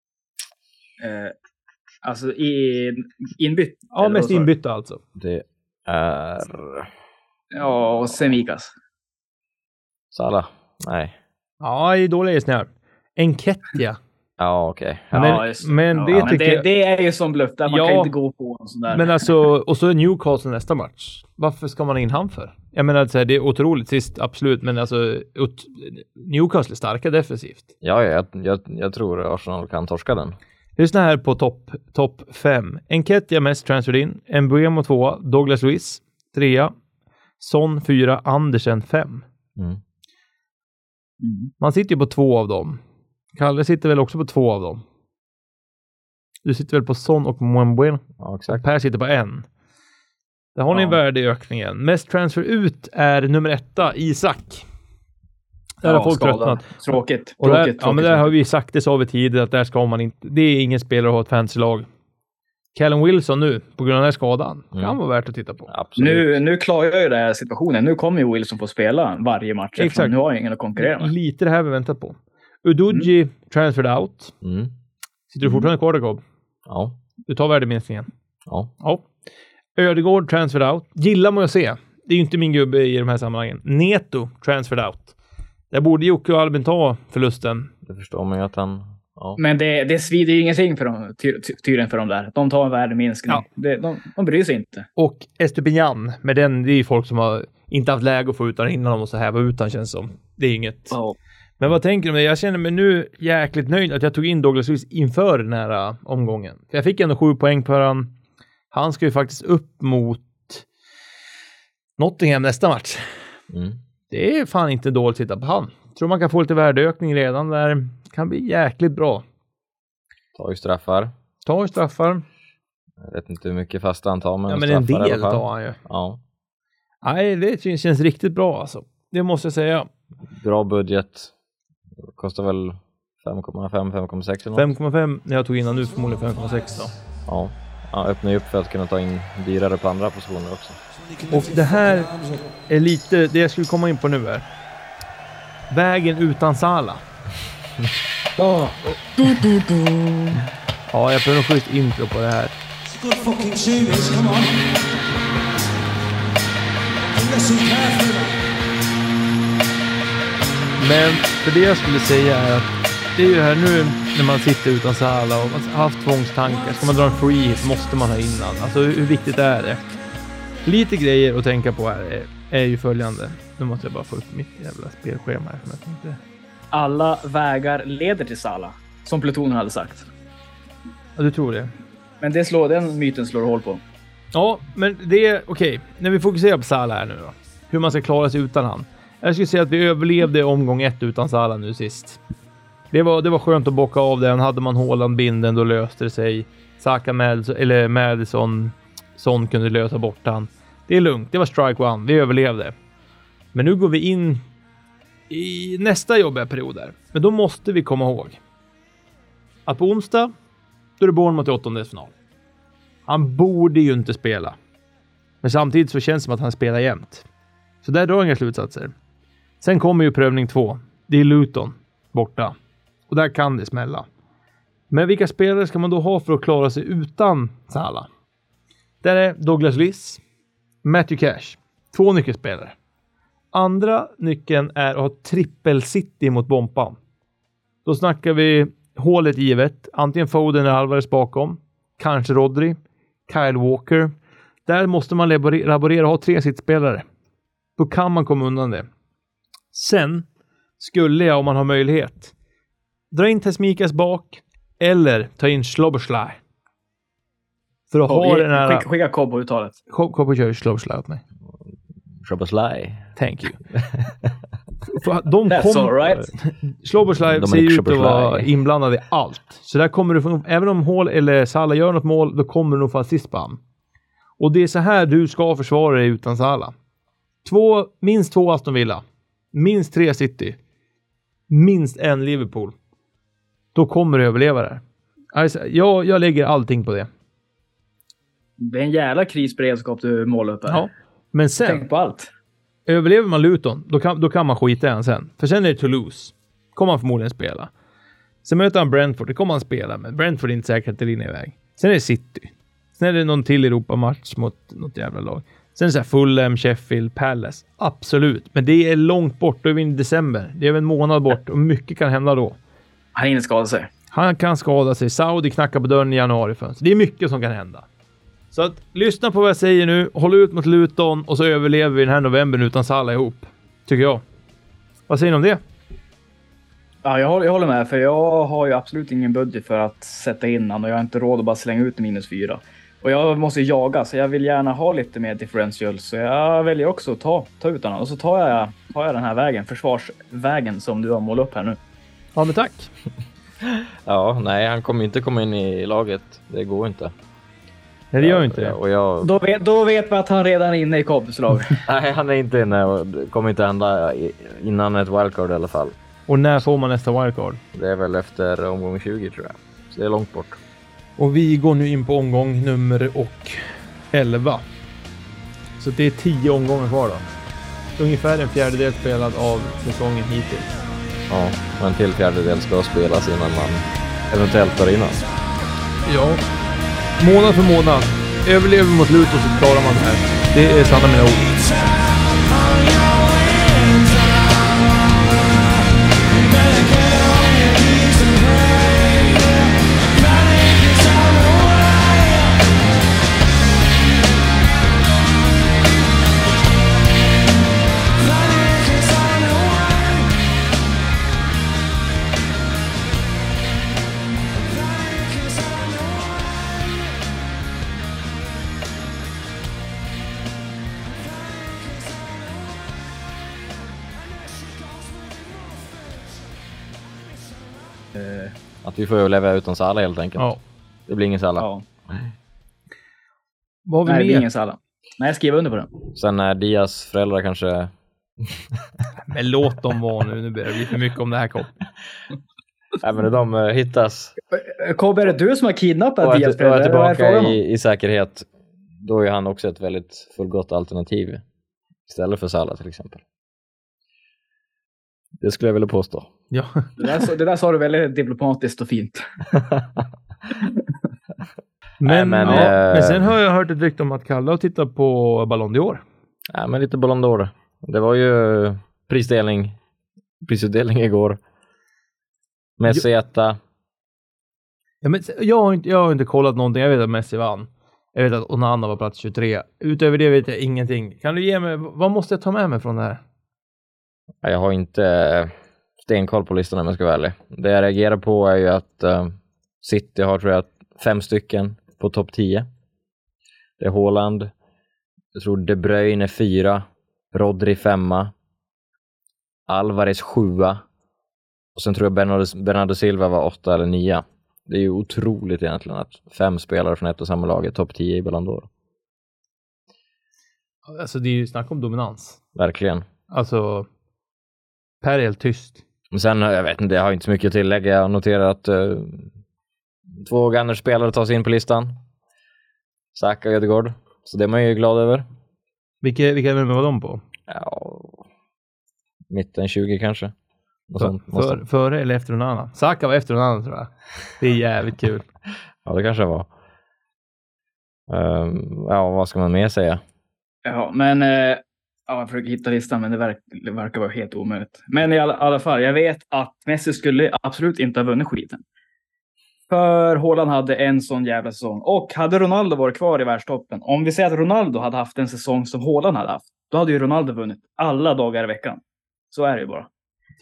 alltså i inbytt? Ja, mest inbytta alltså. Det är... Ja, och Semikas. Salah? Nej. Ja, i dåliga gissningar. Enketia. Ja, okej. Okay. Men, ja, men, det, ja, tycker men det, jag... det är ju som bluff där. Man ja, kan inte gå på en sån där. Men alltså, och så är Newcastle nästa match. Varför ska man in han för? Jag menar, det är otroligt sist, absolut. Men alltså, ut, Newcastle är starka defensivt. Ja, jag, jag, jag tror Arsenal kan torska den. Lyssna här på topp top fem. Enketia mest transferred in. Mbeumo två. Douglas Luiz trea. Son fyra. Andersen fem. Mm. Mm. Man sitter ju på två av dem. Kalle sitter väl också på två av dem. Du sitter väl på Son och Mbeumo. Ja, exakt. Per sitter på en. Där har ni en värdeökningen. Mest transfer ut är nummer etta, Isak. Där ja, har folk skadad. tröttnat. Tråkigt. Och där, tråkigt, ja, men där har vi sagt, det sa vi tidigare, att där ska man inte, det är ingen spelare att ha ett fantasy-lag. Callum Wilson nu, på grund av den här skadan, mm. kan vara värt att titta på. Absolut. Nu, nu klarar jag ju den här situationen. Nu kommer ju Wilson få spela varje match. Exakt. Nu har jag ingen att konkurrera med. Lite det här vi väntar på. Udoji mm. transferred out. Mm. Sitter du fortfarande kvar där, Cobb? Ja. Du tar värdeminskningen. Ja. Ja. Ödegård transferred out. Gillar man att se. Det är ju inte min gubbe i de här sammanhangen. Neto transferred out. Där borde Jocke och Albin ta förlusten. Det förstår man ju att han... Ja. Men det, det svider ju ingenting för dem, ty, ty, tydligen för dem där. De tar en värdeminskning. Ja. Det, de, de bryr sig inte. Och Estepinian, med den, det är ju folk som har inte haft läge att få ut den innan de måste häva ut den, känns som. Det är inget. Oh. Men vad tänker du med? Jag känner mig nu jäkligt nöjd att jag tog in Douglas Luiz inför den här uh, omgången. För jag fick ändå sju poäng på han. Han ska ju faktiskt upp mot Nottingham nästa match. Mm. Det är fan inte dåligt att titta på han. Tror man kan få lite värdeökning redan där. Kan bli jäkligt bra. Tar ju straffar. Tar ju straffar. Jag vet inte hur mycket fast han tar, men, ja, men en straffar del tar han ju. Ja. Nej, det känns riktigt bra alltså. Det måste jag säga. Bra budget. Kostar väl fem komma fem, fem komma sex eller något? fem komma fem när jag tog in han nu, förmodligen fem komma sex då. Ja. Han öppnar ju upp för att kunna ta in dyrare på andra positioner också. Och det här är lite det jag skulle komma in på nu här. Vägen utan Salah. Oh. Ja, jag får nog schysst intro på det här. Good fucking shooters, come on. Listen carefully. Men för det jag skulle säga är att det är ju här nu när man sitter utan Salah och man har haft tvångstankar. Ska man dra en free hit måste man ha innan. Alltså hur viktigt är det? Lite grejer att tänka på här är, är ju följande. Nu måste jag bara få upp mitt jävla spelschema här. Som jag tänkte. Alla vägar leder till Salah, som Plutonen hade sagt. Ja, du tror det? Men det slår, den myten slår hål på. Ja, men det är okej. Okay. När vi fokuserar på Salah här nu då. Hur man ska klara sig utan han. Jag skulle säga att vi överlevde omgång ett utan Salah nu sist. Det var, det var skönt att bocka av den. Hade man Haaland-binden då löste det sig. Saka med, eller Madison Son kunde lösa bort han. Det är lugnt. Det var strike one. Vi överlevde. Men nu går vi in i nästa jobbiga period där. Men då måste vi komma ihåg att på onsdag då är det Bournemouth i åttondelsfinal. Han borde ju inte spela. Men samtidigt så känns det som att han spelar jämt. Så där drar inga slutsatser. Sen kommer ju prövning två. Det är Luton borta. Och där kan det smälla. Men vilka spelare ska man då ha för att klara sig utan Salah? Där är Douglas Luiz, Matthew Cash. Två nyckelspelare. Andra nyckeln är att ha trippel city mot Bompan. Då snackar vi hålet givet. Antingen Foden eller Alvarez bakom. Kanske Rodri. Kyle Walker. Där måste man laborera och ha tre sittspelare. Då kan man komma undan det. Sen skulle jag, om man har möjlighet, dra in Tesmikas bak eller ta in Sloboslaj. För att oh, ha den här... Skicka, skicka Cobb på uttalet. Cobb kör Sloboslaj åt mig. Sloboslaj. Thank you. De That's kom... all right. Sloboslaj ser ut att vara inblandad i allt. Så där kommer du få... Även om Hall eller Salah gör något mål, då kommer du nog få assist på han. Och det är så här du ska försvara dig utan Salah. Två, minst två Aston Villa. Minst tre City. Minst en Liverpool. Då kommer du överleva där. Alltså, jag, jag lägger allting på det. Det är en jävla krisberedskap du målar upp här. Ja, men sen... Tänk på allt. Överlever man Luton, då kan, då kan man skita i han sen. För sen är det Toulouse. Kommer han förmodligen spela. Sen möter han Brentford, det kommer han spela. Men Brentford är inte säkert att det linjer iväg. Sen är det City. Sen är det någon till Europa-match mot något jävla lag. Sen är det så här Fulham, Sheffield, Palace. Absolut. Men det är långt bort. Då är vi i december. Det är en månad bort. Och mycket kan hända då. Han hinner skada sig. Han kan skada sig. Saudi knackar på dörren i januari. Så det är mycket som kan hända. Så att, lyssna på vad jag säger nu. Håll ut mot Luton. Och så överlever vi den här november utan Salah ihop. Tycker jag. Vad säger ni om det? Ja, jag håller, jag håller med. För jag har ju absolut ingen budget för att sätta in han. Och jag har inte råd att bara slänga ut minus fyra. Och jag måste jaga, så jag vill gärna ha lite mer differential. Så jag väljer också att ta, ta ut honom. Och så tar jag, tar jag den här vägen, försvarsvägen som du har målat upp här nu. Ja, men tack. Ja, nej, han kommer inte komma in i laget. Det går inte. Nej, det gör inte det. Och jag... då, vet, då vet man att han redan är inne i Cobbs lag. Nej, han är inte inne och det kommer inte hända innan ett wildcard i alla fall. Och när får man nästa wildcard? Det är väl efter omgång tjugo tror jag. Så det är långt bort. Och vi går nu in på omgång nummer och elva. Så det är tio omgångar kvar då. Ungefär en fjärdedel spelad av säsongen hittills. Ja, och en till fjärdedel ska spelas innan man eventuellt tar in. Ja. Månad för månad. Överlever mot slutet så klarar man det här. Det är sanna mina ord. Att vi får överleva utan Salah helt enkelt. Ja. Det blir ingen Salah. Ja. Vad har vi Nej, det blir mer? ingen Salah. Nej, jag skriver under på den. Sen är Dias föräldrar kanske... Men låt dem vara nu. Nu börjar det bli för mycket om det här kopp. Nej, men de uh, hittas. Kobbe, är det du som har kidnappat Och är, Dias och är föräldrar? Vad är tillbaka frågan om? i, i säkerhet. Då är han också ett väldigt fullgott alternativ. Istället för Salah till exempel. Det skulle jag vilja påstå. Ja. Det där, det där sa du väldigt diplomatiskt och fint. Men, Nej, men, ja, eh, men sen har jag hört ett rykte om att Kalle har tittat på Ballon d'Or. Ja, men lite Ballon d'Or. Det var ju prisdelning. Prisutdelning igår. Messi etta. Ja, men jag, har inte, jag har inte kollat någonting. Jag vet att Messi vann. Jag vet att Onana var plats tjugotre. Utöver det vet jag ingenting. Kan du ge mig, vad måste jag ta med mig från det här? Jag har inte stenkoll på listan om jag ska vara ärlig. Det jag reagerar på är ju att uh, City har tror jag fem stycken på topp tio. Det är Haaland. Jag tror De Bruyne är fyra. Rodri femma. Alvarez sjua. Och sen tror jag Bernardo, Bernardo Silva var åtta eller nio. Det är ju otroligt egentligen att fem spelare från ett och samma lag är topp tio i Ballon d'Or. Alltså det är ju snack om dominans. Verkligen. Alltså Per är helt tyst. Men sen, jag vet inte, jag har inte så mycket att tillägga. Jag noterar att uh, två Gunners-spelare tar sig in på listan. Saka och Ödegaard. Så det är man ju glad över. Vilka, vilka nummer var de på? Ja, mitten tjugo kanske. Något För, sånt, för, före eller efter någon annan? Saka var efter någon annan tror jag. Det är jävligt kul. Ja, det kanske var. Um, ja, vad ska man mer säga? Ja, men eh, ja, jag försöker hitta listan, men det, verk, det verkar vara helt omöjligt. Men i alla, alla fall, jag vet att Messi skulle absolut inte ha vunnit skiten. För Haaland hade en sån jävla säsong. Och hade Ronaldo varit kvar i världstoppen, om vi säger att Ronaldo hade haft en säsong som Haaland hade haft, då hade ju Ronaldo vunnit alla dagar i veckan. Så är det ju bara.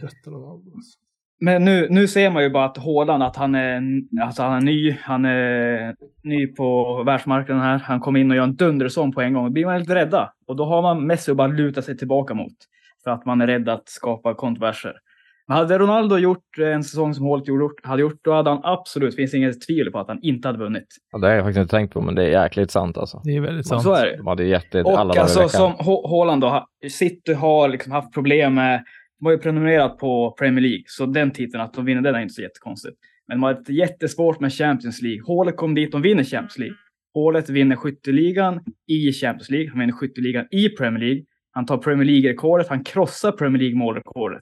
Men nu, nu ser man ju bara att Haaland, att han är, alltså han är ny, han är ny på världsmarknaden här. Han kommer in och gör en dundersång på en gång. Då blir man lite rädda. Och då har man Messi att bara luta sig tillbaka mot. För att man är rädd att skapa kontroverser. Men hade Ronaldo gjort en säsong som Haaland gjort, hade gjort, då hade han absolut, finns inget tvivel på att han inte hade vunnit. Ja, det har jag faktiskt inte tänkt på, men det är jäkligt sant alltså. Det är väldigt sant. Så är det. De hade jätte, och alla dagar i alltså veckan. som Haaland då, City har liksom haft problem med, de har ju prenumererat på Premier League, så den titeln, att de vinner den är inte så jättekonstigt. Men de har ett jättesvårt med Champions League. Haaland kom dit, de vinner Champions League. Haaland vinner skytteligan i Champions League, han vinner skytteligan i Premier League. Han tar Premier League-rekordet, han krossar Premier League-målrekordet.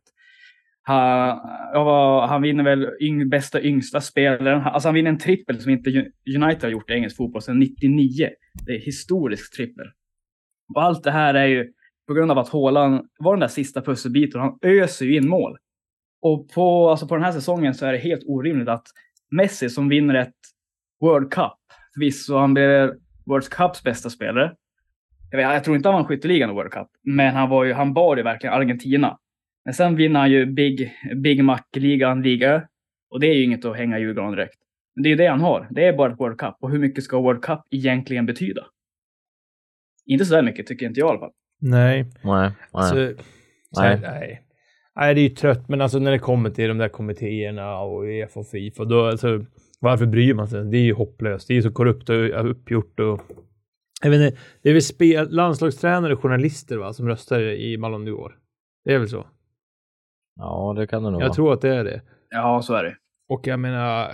Han, ja, han vinner väl yng, bästa yngsta spelaren. Alltså han vinner en trippel som inte United har gjort i engelsk fotboll sedan nittionio. Det är historisk trippel. Och allt det här är ju på grund av att Haaland var den där sista pusselbiten. Han öser ju in mål. Och på, alltså på den här säsongen så är det helt orimligt att Messi som vinner ett World Cup. Visst så han blir World Cups bästa spelare. Jag, vet, jag tror inte han vann skytteligan i World Cup. Men han var ju, han bar ju verkligen Argentina. Men sen vinner han ju Big, Big Mac-ligan liga. Och det är ju inget att hänga i julgranen direkt. Men det är ju det han har. Det är bara ett World Cup. Och hur mycket ska World Cup egentligen betyda? Inte så där mycket tycker inte jag i alla fall. Nej. Nej, alltså, nej. nej. nej. Nej, det är ju trött. Men alltså när det kommer till de där kommittéerna och E F och FIFA. Då, alltså, varför bryr man sig? Det är ju hopplöst. Det är ju så korrupt och uppgjort. Och, jag vet inte, det är väl spel, landslagstränare och journalister va, som röstar i Ballon d'Or. Det är väl så? Ja, det kan det nog Jag vara. tror att det är det. Ja, så är det. Och jag menar,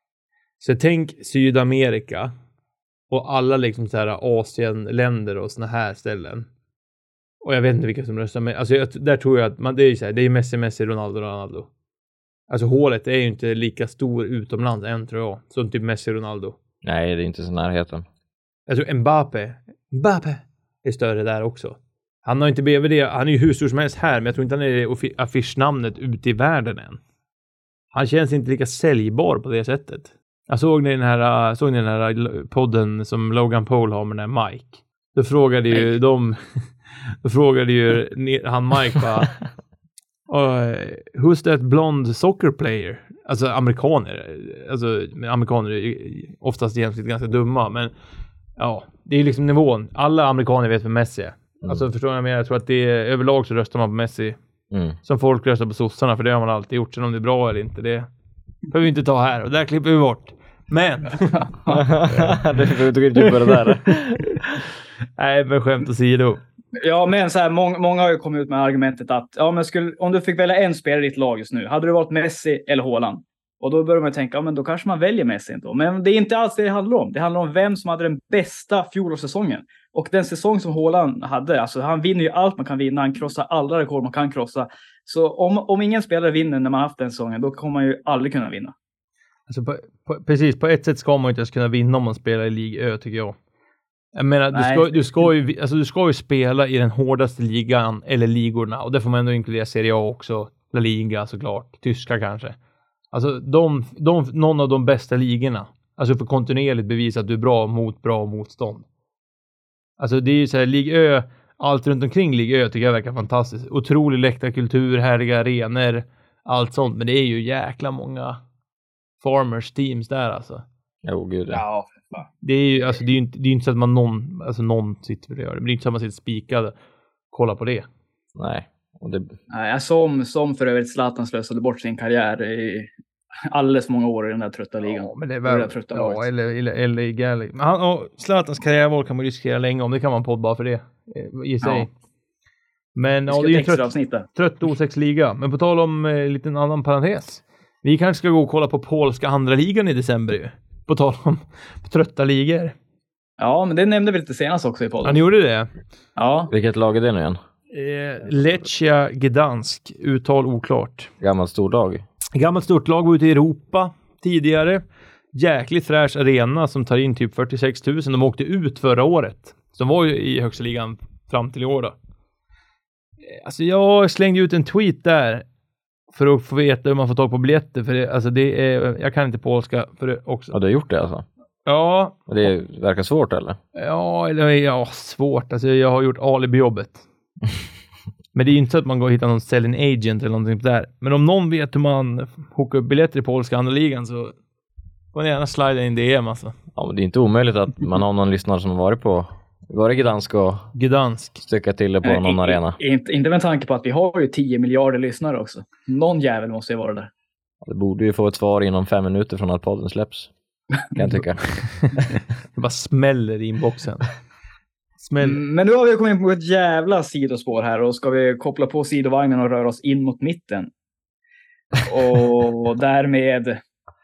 så tänk Sydamerika och alla liksom så här Asienländer och såna här ställen. Och jag vet inte vilka som röstar med. Alltså jag, där tror jag att man, det är ju så här, det är Messi, Messi, Ronaldo, Ronaldo. Alltså hålet är ju inte lika stor utomlands än tror jag. Som typ Messi, Ronaldo. Nej, det är inte så närheten. Jag tror Mbappé, Mbappé är större där också. Han har inte blivit det, han är ju hur stor som helst här, men jag tror inte han är det affischnamnet ute i världen än. Han känns inte lika säljbar på det sättet. Jag såg den här, såg den här podden som Logan Paul har med den här Mike. Då frågade ju Nej. de, då frågade ju han Mike bara, uh, who's that blonde soccer player? Alltså amerikaner, alltså amerikaner är oftast egentligen ganska dumma, men ja, det är liksom nivån. Alla amerikaner vet vem Messi är. Mm. Alltså förstår jag mer, jag tror att det är överlag så röstar man på Messi. Mm. Som folk röstar på sossarna, för det har man alltid gjort. Sen om det är bra eller inte, det behöver vi inte ta här. Och där klipper vi bort. Men det får du inte på det där. Nej, men skämt åsido. Ja, men så här, många, många har ju kommit ut med argumentet att ja, men skulle, om du fick välja en spelare i ditt lag just nu, hade du valt Messi eller Haaland? Och då börjar man tänka, ja, men då kanske man väljer Messi inte. Men det är inte alls det det handlar om. Det handlar om vem som hade den bästa fjolårssäsongen. Och den säsong som Haaland hade, alltså han vinner ju allt man kan vinna. Han krossar alla rekord man kan krossa. Så om, om ingen spelare vinner när man haft den säsongen, då kommer man ju aldrig kunna vinna. Alltså på, på, precis, på ett sätt ska man inte ens kunna vinna om man spelar i Liga Ö, tycker jag. Jag menar, du ska, du, ska ju, alltså, du ska ju spela i den hårdaste ligan eller ligorna. Och det får man ändå inkludera Serie A också. La Liga såklart. Tyska kanske. Alltså de, de, någon av de bästa ligorna. Alltså för kontinuerligt bevisa att du är bra mot bra motstånd. Alltså det är ju så här, Liga Ö, allt runt omkring Liga Ö tycker jag verkar fantastiskt. Otrolig läktarkultur, härliga arenor, allt sånt. Men det är ju jäkla många farmers teams där alltså. Jo, gud ja. Ja, det är ju alltså, det är ju inte, det är inte så att man någon, alltså någon sitter och gör det. Men det är inte så att man sitter spikad och kollar på det. Nej. Och det... Nej, som, som för övrigt Zlatan slösade bort sin karriär i alldeles många år i den där trötta ligan. Ja, men det är väl, trötta ja, eller, eller, eller i Gally. Men han, och Zlatans karriärval kan man riskera länge om. Det kan man podd bara för det i sig. Ja. Men ja, det är ju en trött, trött O sex liga. Men på tal om en eh, liten annan parentes. Vi kanske ska gå och kolla på polska andra ligan i december ju. På tal om på trötta ligor. Ja, men det nämnde vi lite senast också i podden. Han gjorde det? Ja. Vilket lag är det nu igen? Eh, Lechia Gdansk, uttal oklart. Gammalt storlag. Gammalt stort lag var ute i Europa tidigare. Jäkligt fräsch arena som tar in typ fyrtiosex tusen. De åkte ut förra året. Så de var ju i högsta ligan fram till i år då. Alltså jag slängde ut en tweet där för att få veta hur man får tag på biljetter. För det, alltså det är, jag kan inte polska för det också. Ja, du har gjort det alltså? Ja. Det verkar svårt eller? Ja, eller ja, svårt. Alltså jag har gjort alibi-jobbet. Men det är ju inte så att man går och hittar någon selling agent eller någonting där. Men om någon vet hur man hookar upp biljetter i polska andra ligan så får man gärna slida in D M alltså. Ja, men det är inte omöjligt att man har någon lyssnare som har varit på var det Gdansk och Gdansk. stycka till det på någon Nej, arena. Inte, inte med tanke på att vi har ju tio miljarder lyssnare också. Någon jävel måste ju vara där. Det borde ju få ett svar inom fem minuter från att podden släpps. Kan jag tycka. Det bara smäller i inboxen. Mm, men nu har vi kommit in på ett jävla sidospår här och ska vi koppla på sidovagnen och röra oss in mot mitten. Och därmed...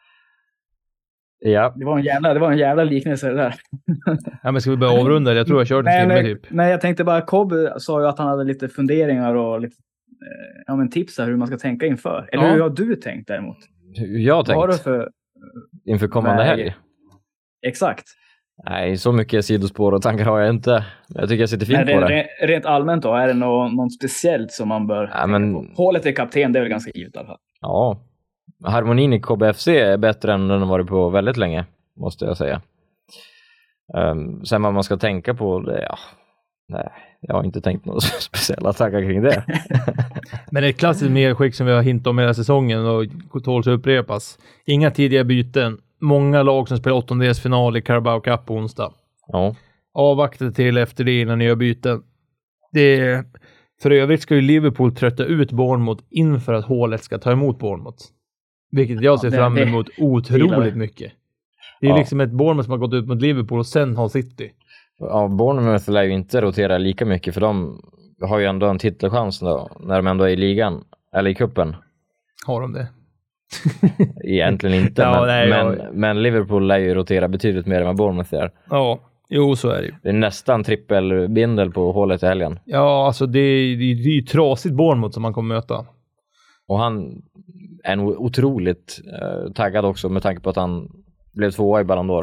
Ja. Det var en jävla, det var en jävla liknelse det där. Ja, men ska vi börja avrunda? Jag tror jag kört en timme typ. Nej, jag tänkte bara, Cobb sa ju att han hade lite funderingar och lite ja, men tips här hur man ska tänka inför. Eller ja. Hur har du tänkt däremot? Hur jag har tänkt? Vad har du för... Inför kommande Nej. helg? Exakt. Nej, så mycket sidospår och tankar har jag inte. Jag tycker jag sitter fint Nej, på det. det. Rent allmänt då, är det något, något speciellt som man bör ja, men... på? Hålet är kapten, det är väl ganska givet i alla fall. Ja, harmonin i K B F C är bättre än den har varit på väldigt länge, måste jag säga. Um, sen vad man ska tänka på, det, ja, nej, jag har inte tänkt några speciella tankar kring det. Men det är ett klassiskt medskick som vi har hintat om hela säsongen och tåls att upprepas. Inga tidiga byten. Många lag som spelar åttondelsfinal i Carabao Cup på onsdag. Ja. Avvakta till efter det innan ni gör byten. Det är, för övrigt ska ju Liverpool trötta ut Bournemouth inför att hålet ska ta emot Bournemouth. Vilket jag ser ja, det, fram emot det, otroligt det. mycket. Det är ja. liksom ett Bournemouth som har gått ut mot Liverpool och sen har City. Ja, Bournemouth lär ju inte rotera lika mycket för de har ju ändå en titelchans då, när de ändå är i ligan, eller i kuppen. Har de det? Egentligen inte, ja, men, nej, men, ja. men Liverpool lär ju rotera betydligt mer än vad Bournemouth gör. Ja, jo så är det. Det är nästan trippelbindel på hålet i helgen. Ja, alltså det är, det är, det är ju trasigt Bournemouth som man kommer möta. Och han är en otroligt uh, taggad också med tanke på att han blev tvåa i Ballon d'Or.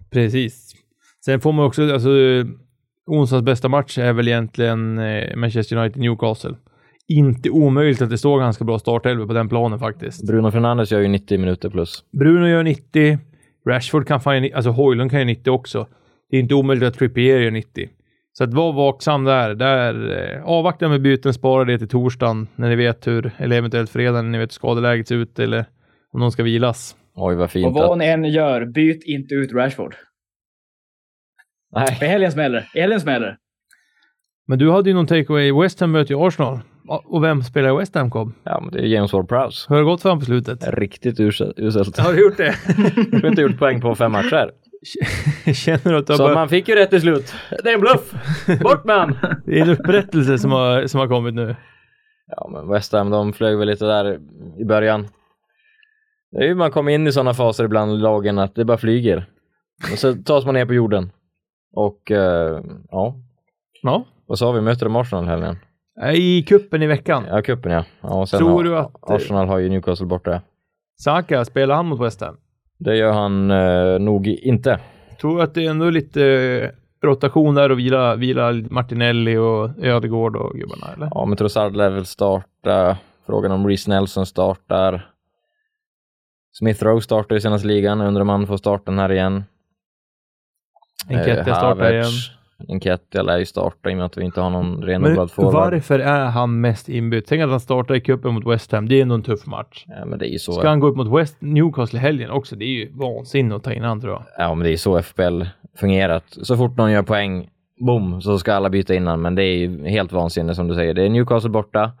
Precis. Sen får man också, alltså onsdags bästa match är väl egentligen eh, Manchester United-Newcastle. Inte omöjligt att det står ganska bra startelva på den planen faktiskt. Bruno Fernandes gör ju nittio minuter plus. Bruno gör nittio. Rashford kan få, alltså Højlund kan ju nittio också. Det är inte omöjligt att Trippier gör nittio. Så att vara vaksam där. där eh, avvakta med byten, spara det till torsdagen när ni vet hur, eller eventuellt fredag när ni vet hur skadeläget ser ut eller om någon ska vilas. Oj, vad fint. Och vad att... ni än gör, byt inte ut Rashford. Nej. För helgen smäller. Helgen smäller. Men du hade ju någon takeaway. West Ham möter ju Arsenal. Och vem spelar West Ham, Cobb? Ja, men det är James Ward-Prowse. Hur har det gått för honom på slutet? Riktigt uselt. Har du gjort det? Jag har inte gjort poäng på fem matcher. Känner du att du har Så bör... man fick ju rätt i slut. Det är en bluff. Bort man. Det är en upprättelse som har, som har kommit nu. Ja, men West Ham, de flög väl lite där i början. Det är ju man kommer in i sådana faser ibland i lagen att det bara flyger. Och så tas man ner på jorden. Och uh, ja. Ja. Vad sa vi? Möter de Arsenal helgen? I kuppen i veckan. Ja, kuppen ja. ja och sen Tror har, du att... Arsenal har ju Newcastle borta. Saka, spelar han mot West Ham? Det gör han uh, nog inte. Tror du att det är ändå lite uh, rotation där och vila, vila Martinelli och Ödegård och gubbarna, eller? Ja, men Trossard lär väl starta. Frågan om Reece Nelson startar. Smith Rowe startar i senaste ligan. Undrar om han får starten här igen. Enketia startar igen. Enketia lär ju starta i och med att vi inte har någon renodlad forward. Varför är han mest inbytt? Tänk att han startar i kuppen mot West Ham. Det är ändå en tuff match. Ja, men det är ju så. Ska han gå upp mot West Newcastle i helgen också? Det är ju vansinnigt att ta in han, tror jag. Ja, men det är så F P L fungerat. Så fort någon gör poäng, boom, så ska alla byta innan. Men det är ju helt vansinnigt som du säger. Det är Newcastle borta.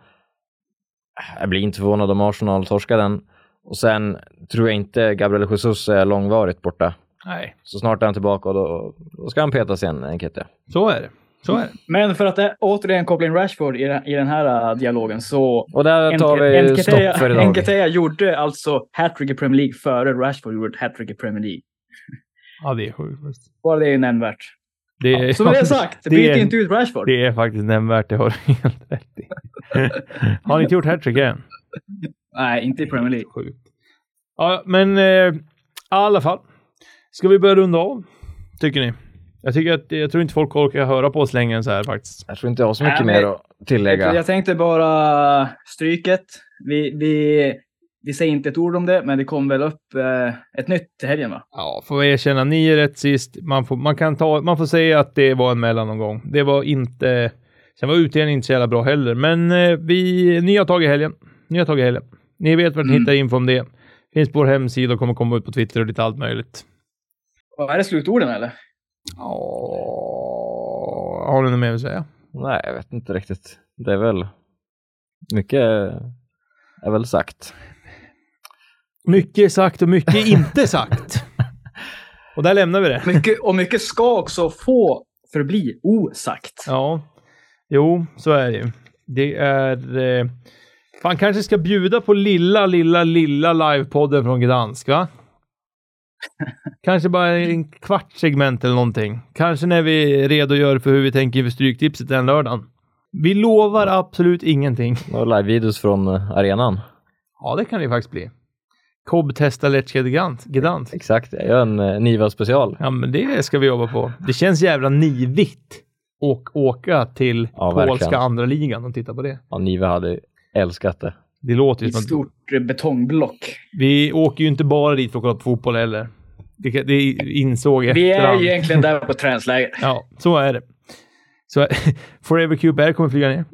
Jag blir inte förvånad om Arsenal torskar den. Och sen tror jag inte Gabriel Jesus är långvarigt borta. Nej. Så snart är han tillbaka och då, då ska han petas igen, Enketia. Så är det. Så är det. Men för att det, återigen koppla in Rashford i, i den här uh, dialogen så... Och där tar vi stopp för idag. Enketia gjorde alltså hattrick i Premier League före Rashford gjorde ett hattrick i Premier League. Ja, det är sjukt. Bara det är nämnvärt. Det är, ja, som jag sagt, det byt är, inte ut Rashford. Det är faktiskt nämnvärt, det har du helt rätt i. Har ni inte gjort hattrick än? Nej, inte i Premier League. Sjukt. Ja, men eh, i alla fall. Ska vi börja runda av? Tycker ni? Jag tycker att jag tror inte folk orkar höra på oss längre än så här faktiskt. Jag tror inte jag har så mycket Nej, mer att tillägga. Jag, jag tänkte bara stryket. Vi, vi, vi säger inte ett ord om det, men det kom väl upp eh, ett nytt till helgen, va? Ja, får jag erkänna, ni är rätt sist. Man får, man kan ta, man får säga att det var en mellanomgång. Det var inte... Sen var utdelningen inte så jävla bra heller. Men eh, vi... Ni har tagit helgen. Ni har tagit helgen. Ni vet vart ni Mm. hittar info om det. Finns på vår hemsida och kommer komma ut på Twitter och lite allt möjligt. Och är det slutorden, eller? Ja, har du något mer att säga? Nej, jag vet inte riktigt. Det är väl... Mycket är väl sagt. Mycket sagt och mycket inte sagt. Och där lämnar vi det. Mycket, och mycket ska också få förbli osagt. Ja, jo, så är det ju. Det är... Eh, man kanske ska bjuda på lilla, lilla, lilla livepodden från Gdansk, va? Kanske bara en kvart segment eller någonting. Kanske när vi redogör för hur vi tänker för Stryktipset den lördagen. Vi lovar absolut ingenting. Och live-videos från uh, arenan. Ja, det kan det faktiskt bli. Cobb testar Lecce Gdansk. Exakt, jag gör en uh, Niva-special. Ja, men det ska vi jobba på. Det känns jävla nivigt att åka till Ja, polska verkligen. andra ligan och titta på det. Ja, Niva hade älskat det. Det låter ju Ett som att stort eh, betongblock. vi åker ju inte bara dit för att kolla på fotboll heller. Det, det insåg jag Vi är efterhand. ju egentligen där på träningsläger. Ja, så är det. Så Forever Q P R kommer flyga ner.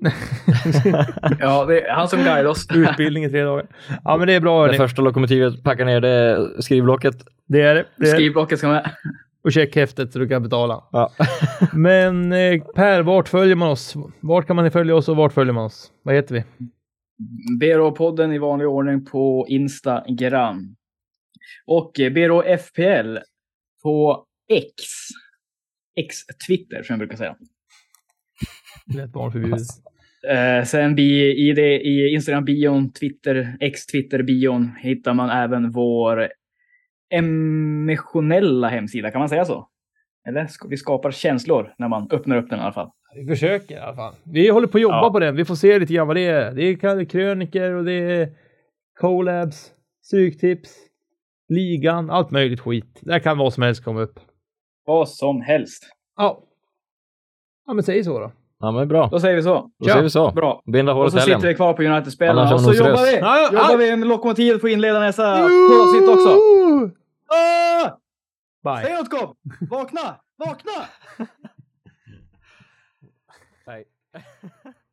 Ja, det är han som guidar oss. Utbildning i tre dagar. Ja, men det är bra. Det hörni. första lokomotivet packar ner det skrivblocket. Det är det. det är det. Skrivblocket ska med. Och checkhäftet så du kan betala. Ja. Men eh, Per, vart följer man oss? Vart kan man följa oss och vart följer man oss? Vad heter vi? B R O-podden i vanlig ordning på Instagram. Och eh, B R O F P L på X. X-Twitter som jag brukar säga. Lätt barnförbjudet. Eh, sen bi, i, det, i Instagram-bion, Twitter, X-Twitter-bion hittar man även vår emotionella hemsida. Kan man säga så? Eller ska vi skapar känslor när man öppnar upp den i alla fall. Vi försöker i alla fall. Vi håller på att jobba Ja. på den. Vi får se lite grann vad det är. Det är kröniker och det är collabs, stryktipps, ligan, allt möjligt skit. Där kan vad som helst komma upp. Vad som helst. Ja. Ja, men säg så då. Ja, men bra. Då säger vi så. Då säger vi så. Bra. Binda Och hålet så helgen. sitter vi kvar på United-spelarna. Annars Och så har de jobbar stress. vi. Ja, ja, Jobbar ja. vi en lokomotiv på inleda nästa poddavsnitt också. Ah! Bye. Säg något, Gob! Vakna! Vakna! Nej.